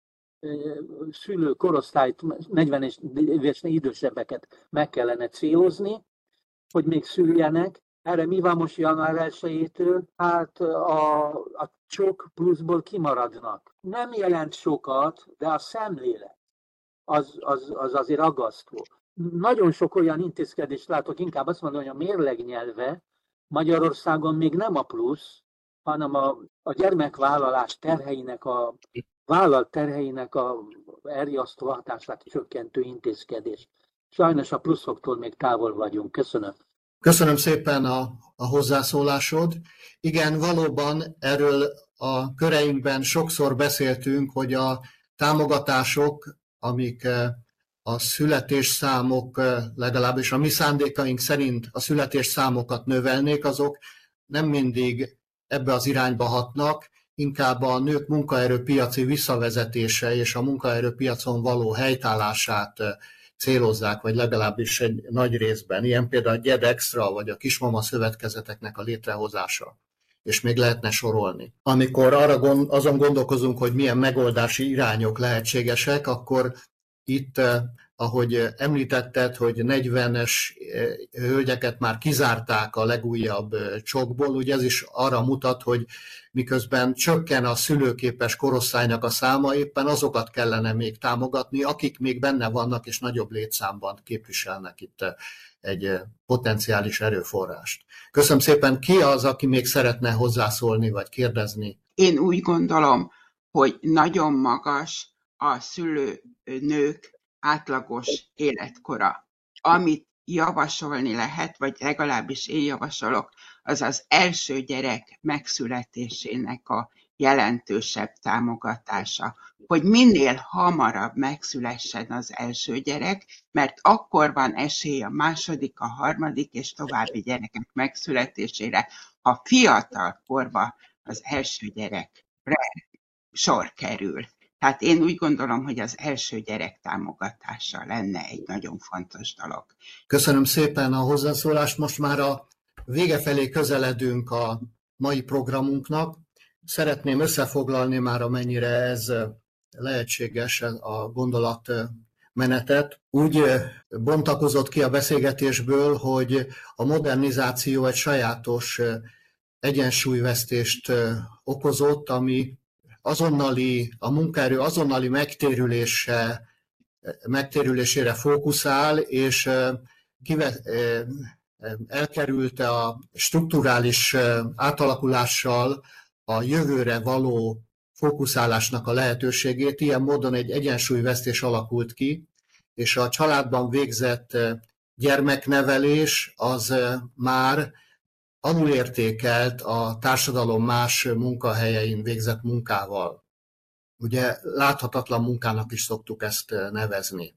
szülő korosztályt, negyven éves idősebbeket meg kellene célozni, hogy még szüljenek. Erre mi van most január elsejétől? Hát a, a csok pluszból kimaradnak. Nem jelent sokat, de a szemlélet az, az, az azért aggasztó. Nagyon sok olyan intézkedést látok, inkább azt mondom, hogy a mérleg nyelve Magyarországon még nem a plusz, hanem a, a gyermekvállalás terheinek, a vállalt terheinek a elriasztó hatását csökkentő intézkedés. Sajnos a pluszoktól még távol vagyunk. Köszönöm. Köszönöm szépen a, a hozzászólásod. Igen, valóban erről a köreinkben sokszor beszéltünk, hogy a támogatások, amik a születésszámok, legalábbis a mi szándékaink szerint a születésszámokat növelnék, azok nem mindig ebbe az irányba hatnak, inkább a nők munkaerőpiaci visszavezetése és a munkaerőpiacon való helytállását célozzák, vagy legalábbis egy nagy részben. Ilyen például a GED-Extra, vagy a kismama szövetkezeteknek a létrehozása. És még lehetne sorolni. Amikor arra gond, azon gondolkozunk, hogy milyen megoldási irányok lehetségesek, akkor itt, ahogy említetted, hogy negyvenes hölgyeket már kizárták a legújabb csokból, ugye ez is arra mutat, hogy miközben csökken a szülőképes korosztálynak a száma, éppen azokat kellene még támogatni, akik még benne vannak és nagyobb létszámban képviselnek itt egy potenciális erőforrást. Köszönöm szépen. Ki az, aki még szeretne hozzászólni vagy kérdezni? Én úgy gondolom, hogy nagyon magas a szülőnők átlagos életkora. Amit javasolni lehet, vagy legalábbis én javasolok, az az első gyerek megszületésének a jelentősebb támogatása. Hogy minél hamarabb megszülessen az első gyerek, mert akkor van esély a második, a harmadik és további gyerekek megszületésére, ha fiatal korban az első gyerekre sor kerül. Tehát én úgy gondolom, hogy az első gyerek támogatása lenne egy nagyon fontos dolog. Köszönöm szépen a hozzászólást. Most már a vége felé közeledünk a mai programunknak. Szeretném összefoglalni már, amennyire ez lehetséges a gondolatmenetet. Úgy bontakozott ki a beszélgetésből, hogy a modernizáció egy sajátos egyensúlyvesztést okozott, ami azonnali, a munkaerő azonnali megtérülése, megtérülésére fókuszál, és kive, elkerülte a strukturális átalakulással a jövőre való fókuszálásnak a lehetőségét. Ilyen módon egy egyensúlyvesztés alakult ki, és a családban végzett gyermeknevelés az már alulértékelt a társadalom más munkahelyein végzett munkával. Ugye láthatatlan munkának is szoktuk ezt nevezni.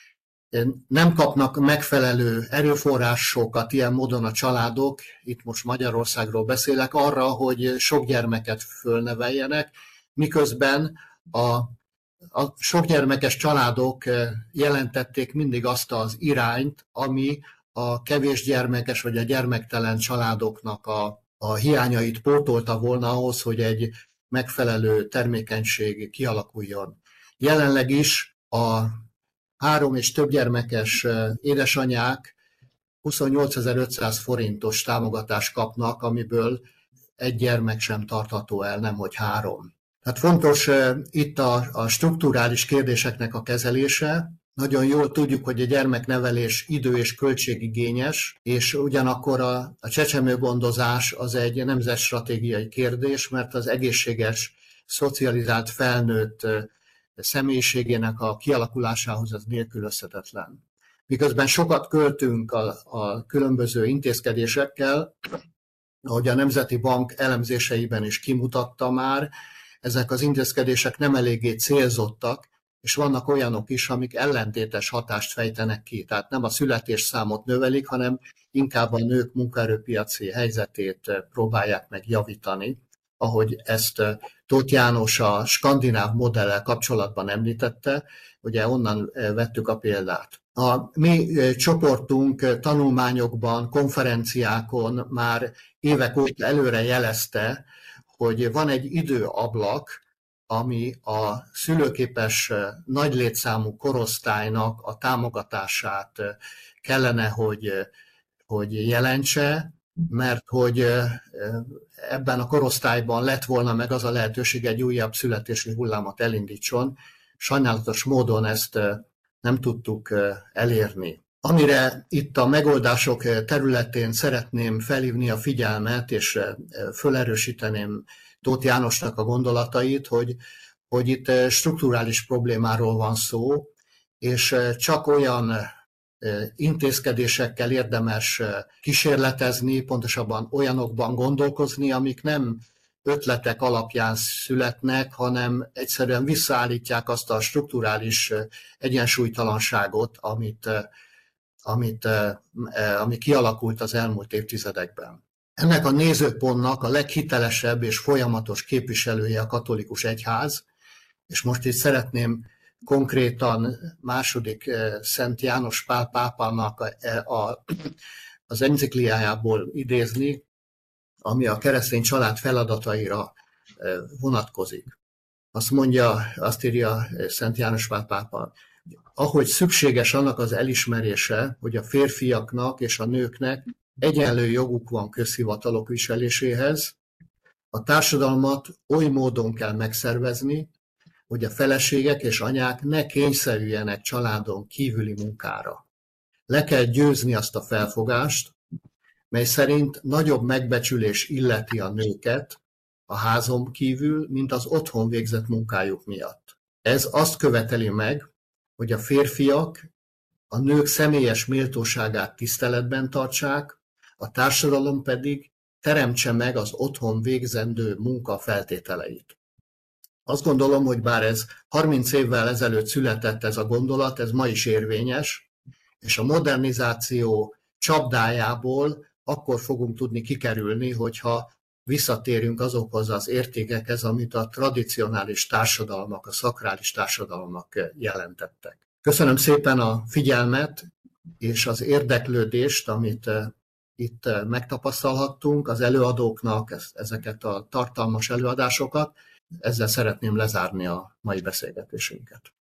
Nem kapnak megfelelő erőforrásokat ilyen módon a családok, itt most Magyarországról beszélek, arra, hogy sok gyermeket fölneveljenek, miközben a, a sokgyermekes családok jelentették mindig azt az irányt, ami a kevés gyermekes vagy a gyermektelen családoknak a, a hiányait pótolta volna ahhoz, hogy egy megfelelő termékenység kialakuljon. Jelenleg is a három és több gyermekes édesanyák huszonnyolcezer-ötszáz forintos támogatást kapnak, amiből egy gyermek sem tartható el, nemhogy három. Tehát fontos itt a, a strukturális kérdéseknek a kezelése. Nagyon jól tudjuk, hogy a gyermeknevelés idő- és költségigényes, és ugyanakkor a, a csecsemőgondozás az egy nemzetstratégiai kérdés, mert az egészséges, szocializált felnőtt személyiségének a kialakulásához az nélkülözhetetlen. Miközben sokat költünk a, a különböző intézkedésekkel, ahogy a Nemzeti Bank elemzéseiben is kimutatta már, ezek az intézkedések nem eléggé célzottak, és vannak olyanok is, amik ellentétes hatást fejtenek ki. Tehát nem a születésszámot növelik, hanem inkább a nők munkaerőpiaci helyzetét próbálják meg javítani, ahogy ezt Tóth János a skandináv modellel kapcsolatban említette, ugye onnan vettük a példát. A mi csoportunk tanulmányokban, konferenciákon már évek óta előre jelezte, hogy van egy időablak, ami a szülőképes nagy létszámú korosztálynak a támogatását kellene, hogy, hogy jelentse, mert hogy ebben a korosztályban lett volna meg az a lehetőség, egy újabb születési hullámot elindítson. Sajnálatos módon ezt nem tudtuk elérni. Amire itt a megoldások területén szeretném felhívni a figyelmet, és fölerősíteném Tóth Jánosnak a gondolatait, hogy, hogy itt strukturális problémáról van szó, és csak olyan intézkedésekkel érdemes kísérletezni, pontosabban olyanokban gondolkozni, amik nem ötletek alapján születnek, hanem egyszerűen visszaállítják azt a strukturális egyensúlytalanságot, amit, amit, ami kialakult az elmúlt évtizedekben. Ennek a nézőpontnak a leghitelesebb és folyamatos képviselője a katolikus egyház, és most itt szeretném konkrétan második Szent János Pál pápának a, a, az encikliájából idézni, ami a keresztény család feladataira vonatkozik. Azt mondja, azt írja Szent János Pál pápa, ahogy szükséges annak az elismerése, hogy a férfiaknak és a nőknek egyenlő joguk van közhivatalok viseléséhez, a társadalmat oly módon kell megszervezni, hogy a feleségek és anyák ne kényszerüljenek családon kívüli munkára. Le kell győzni azt a felfogást, mely szerint nagyobb megbecsülés illeti a nőket a házon kívül, mint az otthon végzett munkájuk miatt. Ez azt követeli meg, hogy a férfiak a nők személyes méltóságát tiszteletben tartsák, a társadalom pedig teremtse meg az otthon végzendő munka feltételeit. Azt gondolom, hogy bár ez harminc évvel ezelőtt született ez a gondolat, ez ma is érvényes, és a modernizáció csapdájából akkor fogunk tudni kikerülni, hogyha visszatérünk azokhoz az értékekhez, amit a tradicionális társadalmak, a szakrális társadalmak jelentettek. Köszönöm szépen a figyelmet és az érdeklődést, amit itt megtapasztalhattunk, az előadóknak ezeket a tartalmas előadásokat. Ezzel szeretném lezárni a mai beszélgetésünket.